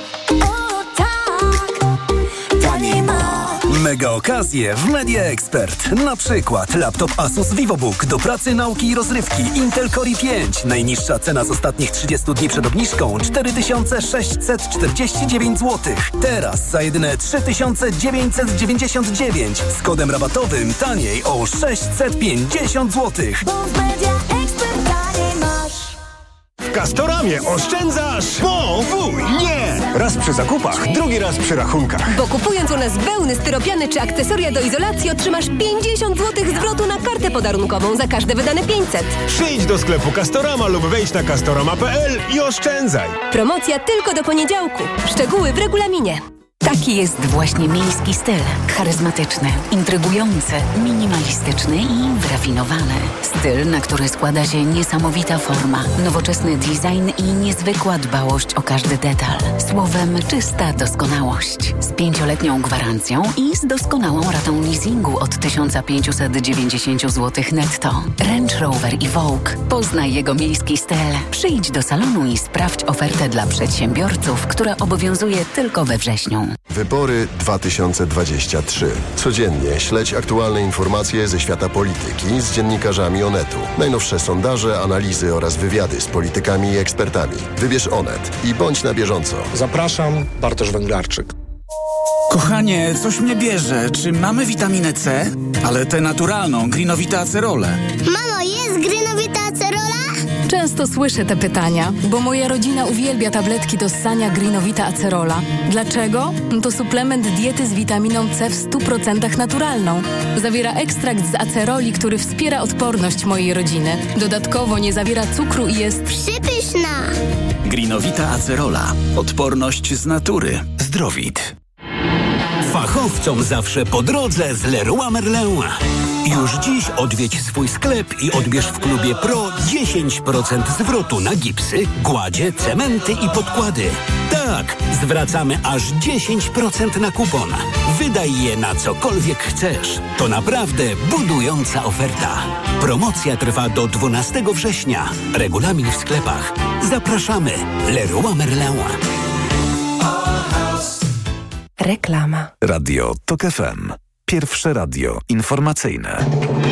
O tak, taniej masz. Mega okazje w Media Expert. Na przykład laptop Asus VivoBook do pracy, nauki i rozrywki. Intel Core i pięć. Najniższa cena z ostatnich trzydziestu dni przed obniżką cztery tysiące sześćset czterdzieści dziewięć złotych. Teraz za jedyne trzy tysiące dziewięćset dziewięćdziesiąt dziewięć. Z kodem rabatowym taniej o sześćset pięćdziesiąt złotych. Bo w Media Expert taniej masz. W Castoramie oszczędzasz, bo wuj nie! Raz przy zakupach, drugi raz przy rachunkach. Bo kupując u nas wełny, styropiany czy akcesoria do izolacji otrzymasz pięćdziesiąt złotych zwrotu na kartę podarunkową za każde wydane pięćset. Przyjdź do sklepu Castorama lub wejdź na castorama kropka p l i oszczędzaj. Promocja tylko do poniedziałku. Szczegóły w regulaminie. Taki jest właśnie miejski styl. Charyzmatyczny, intrygujący, minimalistyczny i wyrafinowany. Styl, na który składa się niesamowita forma, nowoczesny design i niezwykła dbałość o każdy detal. Słowem, czysta doskonałość. Z pięcioletnią gwarancją i z doskonałą ratą leasingu od tysiąc pięćset dziewięćdziesiąt złotych netto. Range Rover i Vogue. Poznaj jego miejski styl. Przyjdź do salonu i sprawdź ofertę dla przedsiębiorców, która obowiązuje tylko we wrześniu. Wybory dwa tysiące dwadzieścia trzy. Codziennie śledź aktualne informacje ze świata polityki z dziennikarzami Onetu. Najnowsze sondaże, analizy oraz wywiady z politykami i ekspertami. Wybierz Onet i bądź na bieżąco. Zapraszam, Bartosz Węglarczyk. Kochanie, coś mnie bierze. Czy mamy witaminę C? Ale tę naturalną, Greenowita Acerole. Mamo, jest Greenowita Acerola? Często słyszę te pytania, bo moja rodzina uwielbia tabletki do ssania Greenowita Acerola. Dlaczego? To suplement diety z witaminą C w stu procentach naturalną. Zawiera ekstrakt z aceroli, który wspiera odporność mojej rodziny. Dodatkowo nie zawiera cukru i jest przypyszna. Greenowita Acerola. Odporność z natury. Zdrowit. Fachowcom zawsze po drodze z Leroy Merlin. Już dziś odwiedź swój sklep i odbierz w Klubie Pro dziesięć procent zwrotu na gipsy, gładzie, cementy i podkłady. Tak, zwracamy aż dziesięć procent na kupon. Wydaj je na cokolwiek chcesz. To naprawdę budująca oferta. Promocja trwa do dwunastego września. Regulamin w sklepach. Zapraszamy. Leroy Merlin. Reklama. Radio Tok F M. Pierwsze radio informacyjne.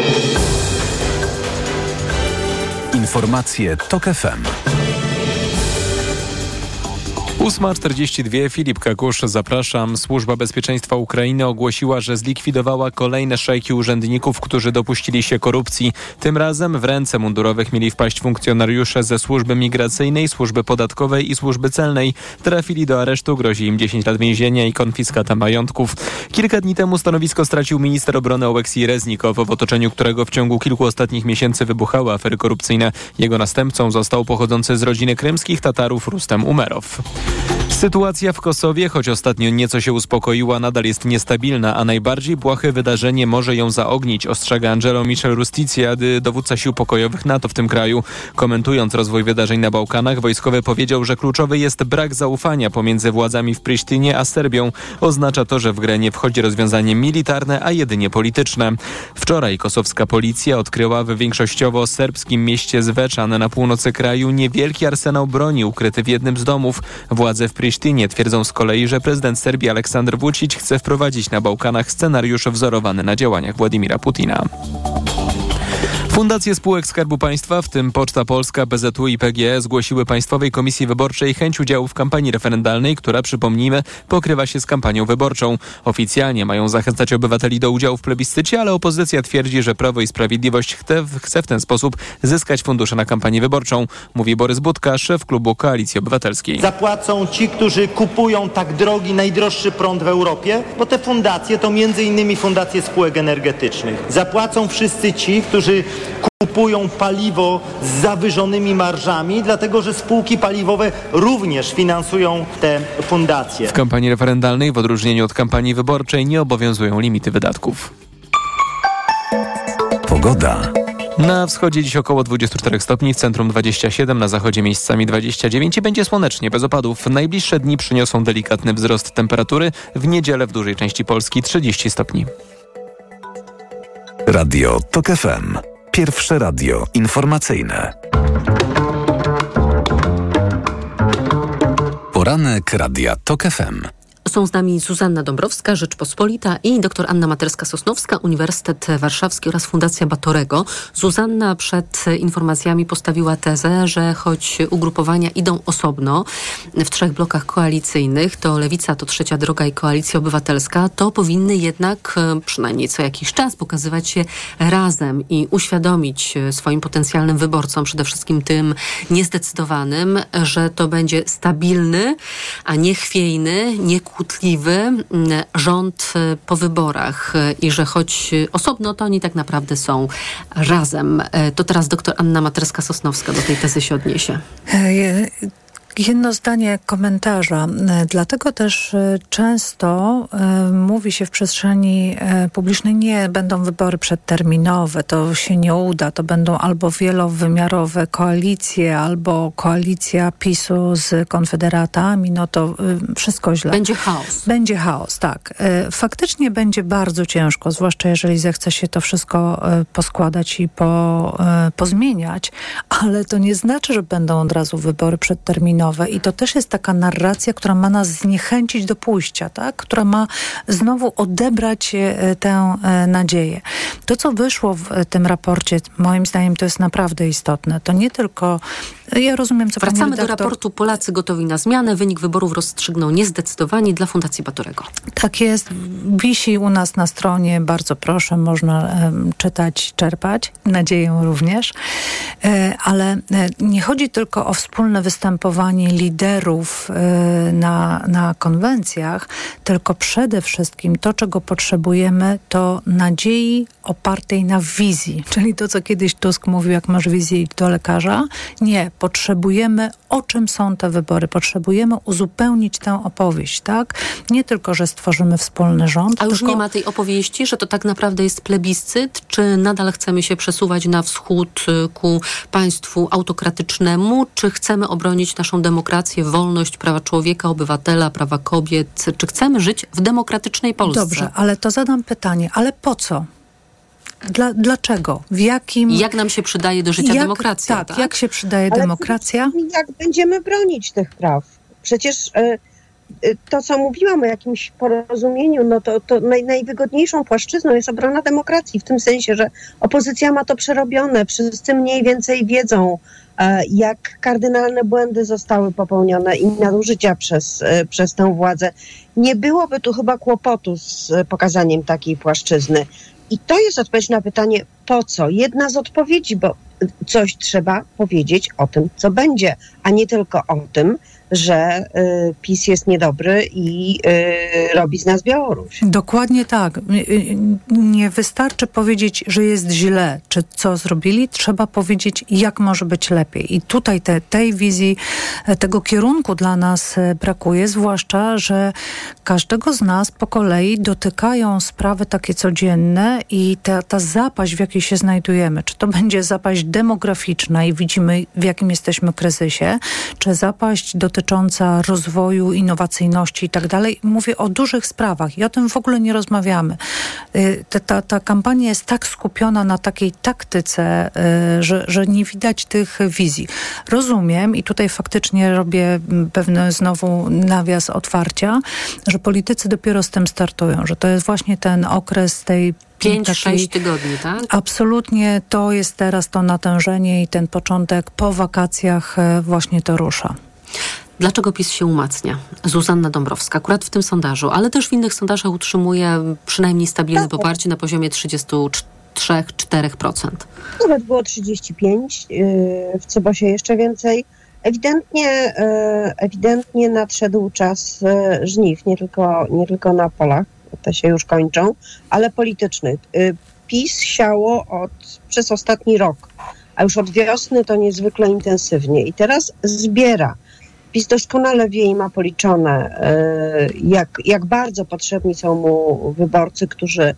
Informacje Tok F M. ósma czterdzieści dwa, Filip Kakusz, zapraszam. Służba Bezpieczeństwa Ukrainy ogłosiła, że zlikwidowała kolejne szajki urzędników, którzy dopuścili się korupcji. Tym razem w ręce mundurowych mieli wpaść funkcjonariusze ze służby migracyjnej, służby podatkowej i służby celnej. Trafili do aresztu, grozi im dziesięć lat więzienia i konfiskata majątków. Kilka dni temu stanowisko stracił minister obrony Oleksij Reznikow, w otoczeniu którego w ciągu kilku ostatnich miesięcy wybuchały afery korupcyjne. Jego następcą został pochodzący z rodziny krymskich Tatarów Rustem Umerow. Sytuacja w Kosowie, choć ostatnio nieco się uspokoiła, nadal jest niestabilna, a najbardziej błahe wydarzenie może ją zaognić, ostrzega Angelo Michel Rusticia, dowódca sił pokojowych NATO w tym kraju. Komentując rozwój wydarzeń na Bałkanach, wojskowy powiedział, że kluczowy jest brak zaufania pomiędzy władzami w Prisztynie a Serbią. Oznacza to, że w grę nie wchodzi rozwiązanie militarne, a jedynie polityczne. Wczoraj kosowska policja odkryła w większościowo serbskim mieście Zvečan na północy kraju niewielki arsenał broni ukryty w jednym z domów. Władze w Prisztynie Prisztinie twierdzą z kolei, że prezydent Serbii Aleksander Vučić chce wprowadzić na Bałkanach scenariusz wzorowany na działaniach Władimira Putina. Fundacje spółek Skarbu Państwa, w tym Poczta Polska, B Z U i P G E, zgłosiły Państwowej Komisji Wyborczej chęć udziału w kampanii referendalnej, która, przypomnijmy, pokrywa się z kampanią wyborczą. Oficjalnie mają zachęcać obywateli do udziału w plebiscycie, ale opozycja twierdzi, że Prawo i Sprawiedliwość chce, chce w ten sposób zyskać fundusze na kampanię wyborczą, mówi Borys Budka, szef klubu Koalicji Obywatelskiej. Zapłacą ci, którzy kupują tak drogi, najdroższy prąd w Europie, bo te fundacje to między innymi fundacje spółek energetycznych. Zapłacą wszyscy ci, którzy kupują paliwo z zawyżonymi marżami, dlatego że spółki paliwowe również finansują te fundacje. W kampanii referendalnej, w odróżnieniu od kampanii wyborczej, nie obowiązują limity wydatków. Pogoda. Na wschodzie dziś około dwadzieścia cztery stopni, w centrum dwadzieścia siedem, na zachodzie miejscami dwadzieścia dziewięć i będzie słonecznie, bez opadów. Najbliższe dni przyniosą delikatny wzrost temperatury. W niedzielę w dużej części Polski trzydzieści stopni. Radio TOK F M. Pierwsze radio informacyjne. Poranek Radia TOK F M. Są z nami Zuzanna Dąbrowska, Rzeczpospolita, i dr Anna Materska-Sosnowska, Uniwersytet Warszawski oraz Fundacja Batorego. Zuzanna przed informacjami postawiła tezę, że choć ugrupowania idą osobno w trzech blokach koalicyjnych, to Lewica, to Trzecia Droga i Koalicja Obywatelska, to powinny jednak przynajmniej co jakiś czas pokazywać się razem i uświadomić swoim potencjalnym wyborcom, przede wszystkim tym niezdecydowanym, że to będzie stabilny, a nie chwiejny, nie kłótliwy rząd po wyborach i że choć osobno, to oni tak naprawdę są razem. To teraz dr Anna Materska-Sosnowska do tej tezy się odniesie. Jedno zdanie komentarza. Dlatego też często y, mówi się w przestrzeni y, publicznej, nie będą wybory przedterminowe, to się nie uda, to będą albo wielowymiarowe koalicje, albo koalicja PiSu z konfederatami, no to y, wszystko źle. Będzie chaos. Będzie chaos, tak. Y, faktycznie będzie bardzo ciężko, zwłaszcza jeżeli zechce się to wszystko y, poskładać i po, y, pozmieniać, ale to nie znaczy, że będą od razu wybory przedterminowe. I to też jest taka narracja, która ma nas zniechęcić do pójścia, tak? Która ma znowu odebrać e, tę e, nadzieję. To, co wyszło w e, tym raporcie, moim zdaniem to jest naprawdę istotne. To nie tylko... Ja rozumiem, co Wracamy pani redaktor... do raportu Polacy gotowi na zmianę. Wynik wyborów rozstrzygnął niezdecydowani dla Fundacji Batorego. Tak jest. Wisi u nas na stronie. Bardzo proszę, można um, czytać, czerpać. Nadzieję również. E, ale e, nie chodzi tylko o wspólne występowanie liderów e, na, na konwencjach, tylko przede wszystkim to, czego potrzebujemy, to nadziei opartej na wizji. Czyli to, co kiedyś Tusk mówił, jak masz wizję, idź do lekarza. Nie. Potrzebujemy, o czym są te wybory. Potrzebujemy uzupełnić tę opowieść, tak? Nie tylko, że stworzymy wspólny rząd. A już tylko... nie ma tej opowieści, że to tak naprawdę jest plebiscyt? Czy nadal chcemy się przesuwać na wschód ku państwu autokratycznemu? Czy chcemy obronić naszą demokrację, wolność, prawa człowieka, obywatela, prawa kobiet? Czy chcemy żyć w demokratycznej Polsce? Dobrze, ale to zadam pytanie. Ale po co? Dla, dlaczego? W jakim... Jak nam się przydaje do życia jak, demokracja? Tak, tak, jak się przydaje Ale demokracja? Jak będziemy bronić tych praw? Przecież y, y, to, co mówiłam o jakimś porozumieniu, no to, to naj, najwygodniejszą płaszczyzną jest obrona demokracji, w tym sensie, że opozycja ma to przerobione, wszyscy mniej więcej wiedzą, y, jak kardynalne błędy zostały popełnione i nadużycia przez, y, przez tę władzę. Nie byłoby tu chyba kłopotu z y, pokazaniem takiej płaszczyzny. I to jest odpowiedź na pytanie, po co? Jedna z odpowiedzi, bo coś trzeba powiedzieć o tym, co będzie, a nie tylko o tym, że y, PiS jest niedobry i y, robi z nas Białoruś. Dokładnie tak. Nie wystarczy powiedzieć, że jest źle, czy co zrobili. Trzeba powiedzieć, jak może być lepiej. I tutaj te, tej wizji, tego kierunku dla nas brakuje, zwłaszcza, że każdego z nas po kolei dotykają sprawy takie codzienne i ta, ta zapaść, w jakiej się znajdujemy. Czy to będzie zapaść demograficzna i widzimy, w jakim jesteśmy kryzysie, czy zapaść dotycząca rozwoju, innowacyjności i tak dalej. Mówię o dużych sprawach i o tym w ogóle nie rozmawiamy. Ta, ta, ta kampania jest tak skupiona na takiej taktyce, że, że nie widać tych wizji. Rozumiem i tutaj faktycznie robię pewne znowu nawias otwarcia, że politycy dopiero z tym startują, że to jest właśnie ten okres tej Pięć, sześć tygodni, tak? Absolutnie to jest teraz to natężenie i ten początek po wakacjach właśnie to rusza. Dlaczego PiS się umacnia? Zuzanna Dąbrowska, akurat w tym sondażu, ale też w innych sondażach utrzymuje przynajmniej stabilne tak. poparcie na poziomie trzydzieści trzy do czterech procent. Nawet było trzydzieści pięć, w Cybosie jeszcze więcej. Ewidentnie, ewidentnie nadszedł czas żniw, nie tylko, nie tylko na polach, te się już kończą, ale politycznych. PiS siało od, przez ostatni rok, a już od wiosny to niezwykle intensywnie i teraz zbiera. PiS doskonale wie i ma policzone, jak, jak bardzo potrzebni są mu wyborcy, którzy,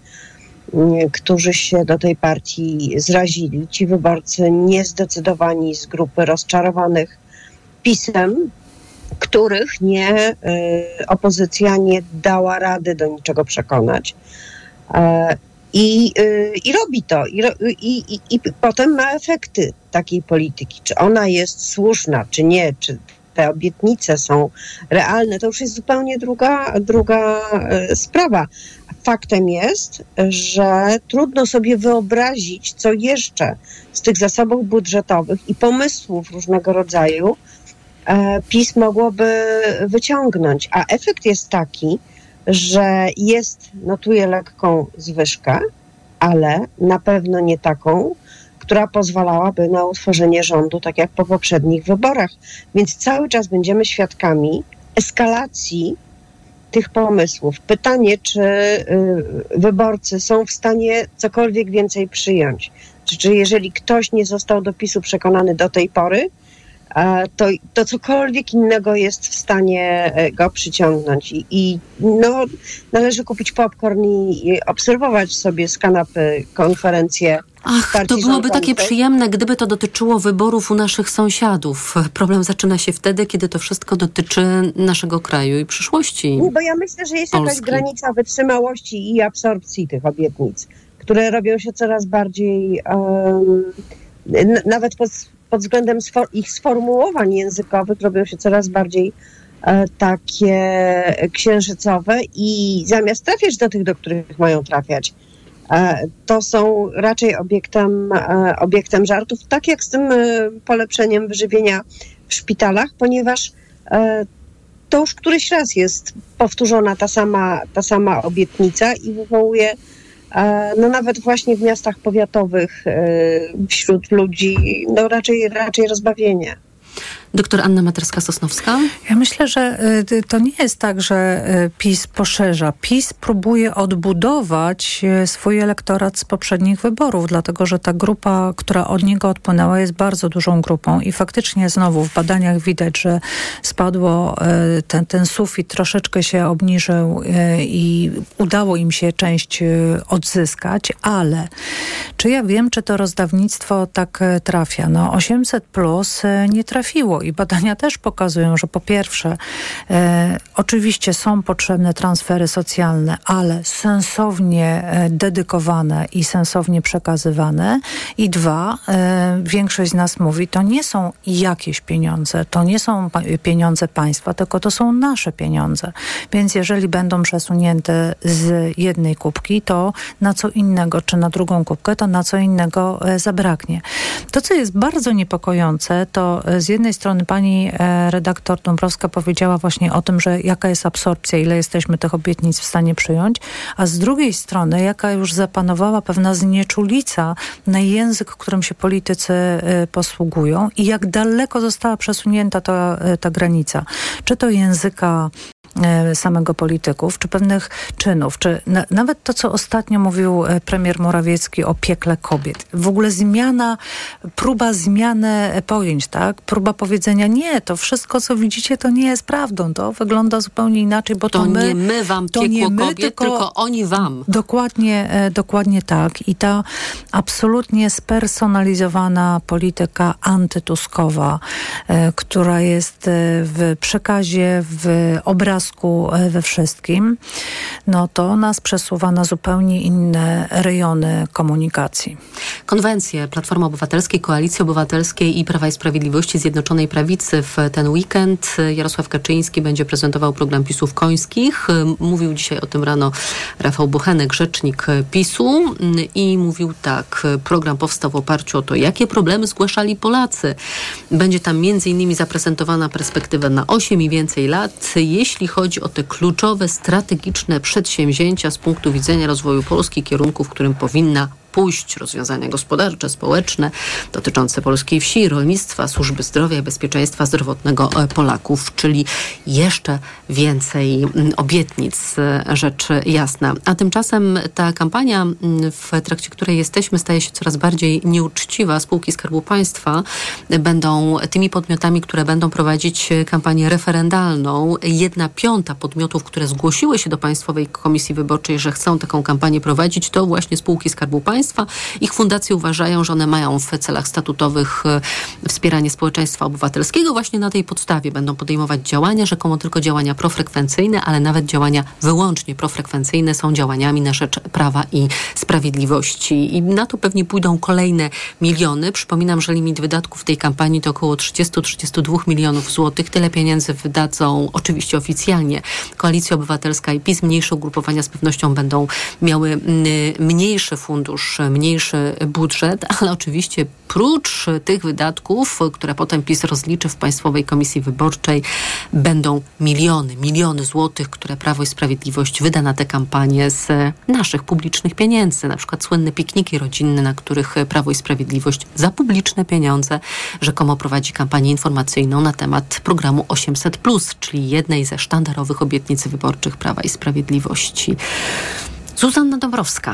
którzy się do tej partii zrazili. Ci wyborcy niezdecydowani z grupy rozczarowanych PiS-em, których nie, y, opozycja nie dała rady do niczego przekonać. E, i, y, I robi to. I, i, i, I potem ma efekty takiej polityki. Czy ona jest słuszna, czy nie, czy te obietnice są realne, to już jest zupełnie druga, druga y, sprawa. Faktem jest, że trudno sobie wyobrazić, co jeszcze z tych zasobów budżetowych i pomysłów różnego rodzaju PiS mogłoby wyciągnąć. A efekt jest taki, że jest, notuję lekką zwyżkę, ale na pewno nie taką, która pozwalałaby na utworzenie rządu, tak jak po poprzednich wyborach. Więc cały czas będziemy świadkami eskalacji tych pomysłów. Pytanie, czy y, wyborcy są w stanie cokolwiek więcej przyjąć. Czy, czy jeżeli ktoś nie został do PiSu przekonany do tej pory, To, to cokolwiek innego jest w stanie go przyciągnąć. I, i no, należy kupić popcorn i, i obserwować sobie z kanapy konferencję. Ach, to byłoby rządzącej. takie przyjemne, gdyby to dotyczyło wyborów u naszych sąsiadów. Problem zaczyna się wtedy, kiedy to wszystko dotyczy naszego kraju i przyszłości. Nie, bo ja myślę, że jest Polski. jakaś granica wytrzymałości i absorpcji tych obietnic, które robią się coraz bardziej um, n- nawet pod pod względem sfor- ich sformułowań językowych robią się coraz bardziej e, takie księżycowe i zamiast trafiać do tych, do których mają trafiać, e, to są raczej obiektem, e, obiektem żartów, tak jak z tym e, polepszeniem wyżywienia w szpitalach, ponieważ e, to już któryś raz jest powtórzona ta sama, ta sama obietnica i wywołuje no nawet właśnie w miastach powiatowych wśród ludzi no raczej, raczej rozbawienie. Doktor Anna Materska-Sosnowska? Ja myślę, że to nie jest tak, że PiS poszerza. PiS próbuje odbudować swój elektorat z poprzednich wyborów, dlatego że ta grupa, która od niego odpłynęła, jest bardzo dużą grupą i faktycznie znowu w badaniach widać, że spadło ten, ten sufit, troszeczkę się obniżył i udało im się część odzyskać, ale czy ja wiem, czy to rozdawnictwo tak trafia? No osiemset plus nie trafiło i badania też pokazują, że po pierwsze e, oczywiście są potrzebne transfery socjalne, ale sensownie e, dedykowane i sensownie przekazywane i dwa, e, większość z nas mówi, to nie są jakieś pieniądze, to nie są pa- pieniądze państwa, tylko to są nasze pieniądze. Więc jeżeli będą przesunięte z jednej kubki, to na co innego, czy na drugą kubkę, to na co innego e, zabraknie. To, co jest bardzo niepokojące, to e, z jednej strony pani e, redaktor Dąbrowska powiedziała właśnie o tym, że jaka jest absorpcja, ile jesteśmy tych obietnic w stanie przyjąć, a z drugiej strony jaka już zapanowała pewna znieczulica na język, którym się politycy e, posługują i jak daleko została przesunięta ta, e, ta granica. Czy to języka samego polityków, czy pewnych czynów, czy na, nawet to, co ostatnio mówił premier Morawiecki o piekle kobiet. W ogóle zmiana, próba zmiany pojęć, tak? Próba powiedzenia, nie, to wszystko, co widzicie, to nie jest prawdą. To wygląda zupełnie inaczej, bo to, to my... nie my wam to piekło nie my, kobiet, tylko, tylko oni wam. Dokładnie, dokładnie tak. I ta absolutnie spersonalizowana polityka antytuskowa, która jest w przekazie, w obrazku, we wszystkim, no to nas przesuwa na zupełnie inne rejony komunikacji. Konwencje Platformy Obywatelskiej, Koalicji Obywatelskiej i Prawa i Sprawiedliwości, Zjednoczonej Prawicy w ten weekend. Jarosław Kaczyński będzie prezentował program PiSu w Końskich. Mówił dzisiaj o tym rano Rafał Bochenek, rzecznik PiSu, i mówił tak: program powstał w oparciu o to, jakie problemy zgłaszali Polacy. Będzie tam między innymi zaprezentowana perspektywa na osiem i więcej lat, jeśli chodzi o te kluczowe, strategiczne przedsięwzięcia z punktu widzenia rozwoju Polski, kierunku, w którym powinna pójść, rozwiązania gospodarcze, społeczne dotyczące polskiej wsi, rolnictwa, służby zdrowia i bezpieczeństwa zdrowotnego Polaków, czyli jeszcze więcej obietnic, rzecz jasna. A tymczasem ta kampania, w trakcie której jesteśmy, staje się coraz bardziej nieuczciwa. Spółki Skarbu Państwa będą tymi podmiotami, które będą prowadzić kampanię referendalną. Jedna piąta podmiotów, które zgłosiły się do Państwowej Komisji Wyborczej, że chcą taką kampanię prowadzić, to właśnie spółki Skarbu Państwa. Ich fundacje uważają, że one mają w celach statutowych wspieranie społeczeństwa obywatelskiego. Właśnie na tej podstawie będą podejmować działania, rzekomo tylko działania profrekwencyjne, ale nawet działania wyłącznie profrekwencyjne są działaniami na rzecz prawa i sprawiedliwości. I na to pewnie pójdą kolejne miliony. Przypominam, że limit wydatków tej kampanii to około trzydzieści do trzydziestu dwóch milionów złotych. Tyle pieniędzy wydadzą oczywiście oficjalnie Koalicja Obywatelska i PiS. Mniejsze ugrupowania z pewnością będą miały mniejszy fundusz, mniejszy budżet, ale oczywiście prócz tych wydatków, które potem PiS rozliczy w Państwowej Komisji Wyborczej, będą miliony, miliony złotych, które Prawo i Sprawiedliwość wyda na tę kampanię z naszych publicznych pieniędzy. Na przykład słynne pikniki rodzinne, na których Prawo i Sprawiedliwość za publiczne pieniądze rzekomo prowadzi kampanię informacyjną na temat programu osiemset plus, czyli jednej ze sztandarowych obietnic wyborczych Prawa i Sprawiedliwości. Zuzanna Dąbrowska.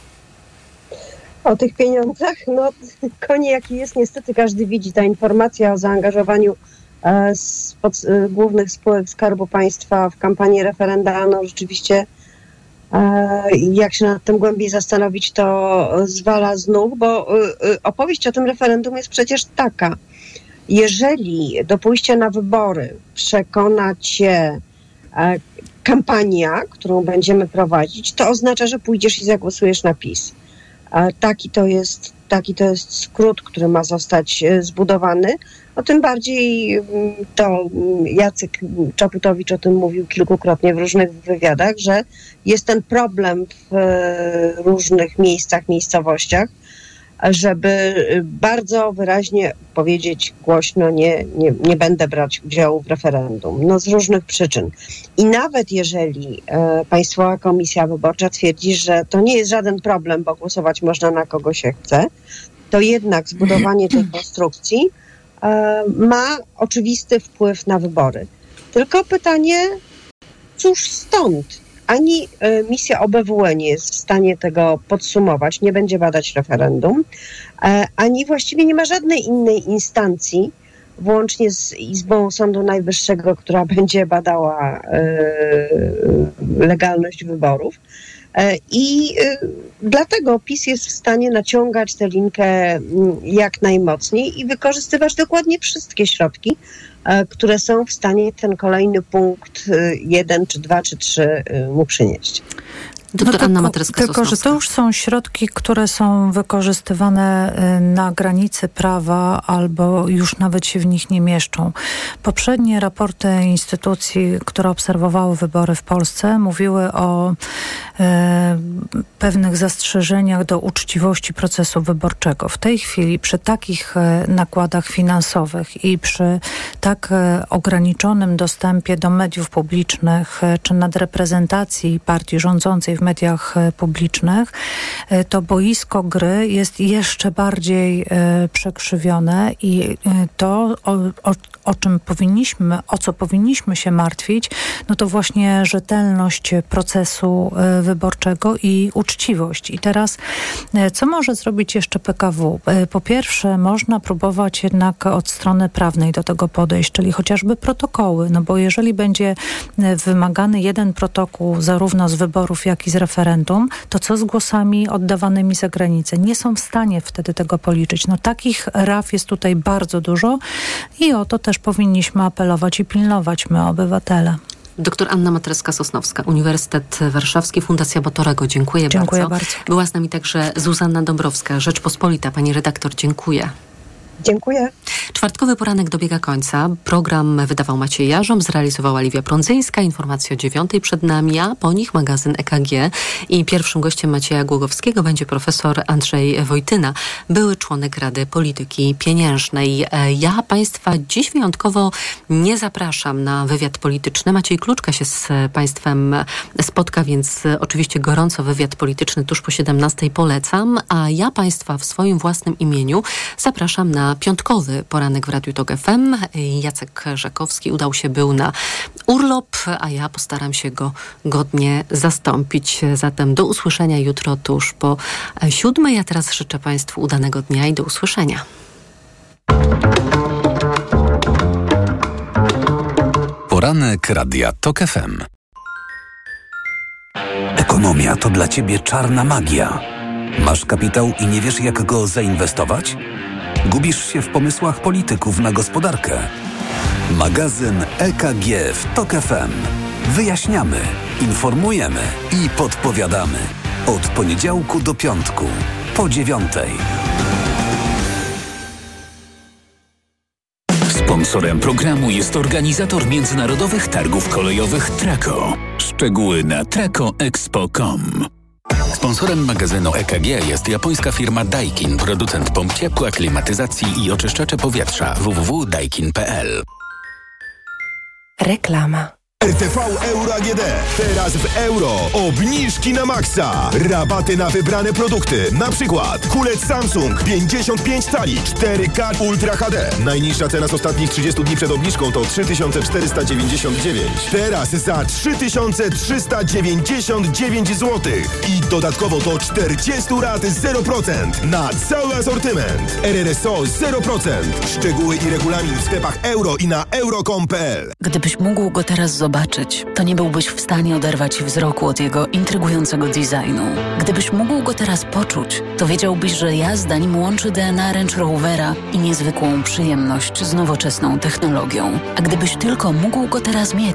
O tych pieniądzach, no konie jaki jest, niestety każdy widzi. Ta informacja o zaangażowaniu e, spod, e, głównych spółek Skarbu Państwa w kampanię referendalną rzeczywiście, e, jak się nad tym głębiej zastanowić, to zwala z nóg, bo e, opowieść o tym referendum jest przecież taka. Jeżeli do pójścia na wybory przekona cię e, kampania, którą będziemy prowadzić, to oznacza, że pójdziesz i zagłosujesz na PiS. Taki to jest, taki to jest skrót, który ma zostać zbudowany. No tym bardziej to Jacek Czaputowicz o tym mówił kilkukrotnie w różnych wywiadach, że jest ten problem w różnych miejscach, miejscowościach, żeby bardzo wyraźnie powiedzieć głośno, nie, nie, nie będę brać udziału w referendum. No z różnych przyczyn. I nawet jeżeli e, Państwowa Komisja Wyborcza twierdzi, że to nie jest żaden problem, bo głosować można na kogo się chce, to jednak zbudowanie tej konstrukcji e, ma oczywisty wpływ na wybory. Tylko pytanie, cóż stąd? Ani e, misja O B W E nie jest w stanie tego podsumować, nie będzie badać referendum, e, ani właściwie nie ma żadnej innej instancji, włącznie z Izbą Sądu Najwyższego, która będzie badała e, legalność wyborów. E, I e, dlatego PiS jest w stanie naciągać tę linkę jak najmocniej i wykorzystywać dokładnie wszystkie środki, które są w stanie ten kolejny punkt jeden, czy dwa, czy trzy mu przynieść. Doktor no Anna tylko, Matryska-Sosnowska. tylko, że to już są środki, które są wykorzystywane na granicy prawa albo już nawet się w nich nie mieszczą. Poprzednie raporty instytucji, które obserwowały wybory w Polsce, mówiły o e, pewnych zastrzeżeniach do uczciwości procesu wyborczego. W tej chwili przy takich e, nakładach finansowych i przy tak e, ograniczonym dostępie do mediów publicznych e, czy nadreprezentacji partii rządzącej w mediach publicznych, to boisko gry jest jeszcze bardziej przekrzywione i to, o, o, o czym powinniśmy, o co powinniśmy się martwić, no to właśnie rzetelność procesu wyborczego i uczciwość. I teraz, co może zrobić jeszcze P K W? Po pierwsze, można próbować jednak od strony prawnej do tego podejść, czyli chociażby protokoły, no bo jeżeli będzie wymagany jeden protokół zarówno z wyborów, jak i z referendum, to co z głosami oddawanymi za granicę? Nie są w stanie wtedy tego policzyć. No takich raf jest tutaj bardzo dużo i o to też powinniśmy apelować i pilnować my, obywatele. Doktor Anna Matrecka-Sosnowska, Uniwersytet Warszawski, Fundacja Botorego. Dziękuję, dziękuję bardzo. bardzo. Była z nami także Zuzanna Dąbrowska, Rzeczpospolita. Pani redaktor, dziękuję. Dziękuję. Czwartkowy poranek dobiega końca. Program wydawał Maciej Jarząb, zrealizowała Liwia Prądzyńska. Informacje o dziewiątej przed nami, a po nich magazyn E K G. I pierwszym gościem Macieja Głogowskiego będzie profesor Andrzej Wojtyna, były członek Rady Polityki Pieniężnej. Ja Państwa dziś wyjątkowo nie zapraszam na wywiad polityczny. Maciej Kluczka się z Państwem spotka, więc oczywiście gorąco wywiad polityczny tuż po siedemnastej polecam. A ja Państwa w swoim własnym imieniu zapraszam na piątkowy poranek w Radiu Tok F M. Jacek Żakowski udał się był na urlop, a ja postaram się go godnie zastąpić. Zatem do usłyszenia jutro tuż po siódmej. Ja teraz życzę Państwu udanego dnia i do usłyszenia. Poranek Radia Tok F M. Ekonomia to dla Ciebie czarna magia. Masz kapitał i nie wiesz, jak go zainwestować? Gubisz się w pomysłach polityków na gospodarkę? Magazyn E K G w Tok F M. Wyjaśniamy, informujemy i podpowiadamy. Od poniedziałku do piątku, po dziewiątej. Sponsorem programu jest organizator międzynarodowych targów kolejowych Traco. Szczegóły na traco expo kropka com. Sponsorem magazynu E K G jest japońska firma Daikin, producent pomp ciepła, klimatyzacji i oczyszczacze powietrza. w w w kropka daikin kropka p l. Reklama. R T V Euro A G D. Teraz w euro. Obniżki na maksa. Rabaty na wybrane produkty. Na przykład kulec Samsung pięćdziesiąt pięć cali cztery K Ultra H D. Najniższa cena z ostatnich trzydziestu dni przed obniżką to trzy tysiące czterysta dziewięćdziesiąt dziewięć. Teraz za trzy tysiące trzysta dziewięćdziesiąt dziewięć złotych. I dodatkowo to czterdzieści rat zero procent na cały asortyment. R R S O zero procent. Szczegóły i regulamin w sklepach euro i na euro kropka com kropka p l. Gdybyś mógł go teraz zobaczyć, to nie byłbyś w stanie oderwać wzroku od jego intrygującego designu. Gdybyś mógł go teraz poczuć, to wiedziałbyś, że jazda nim łączy D N A Range Rovera i niezwykłą przyjemność z nowoczesną technologią. A gdybyś tylko mógł go teraz mieć,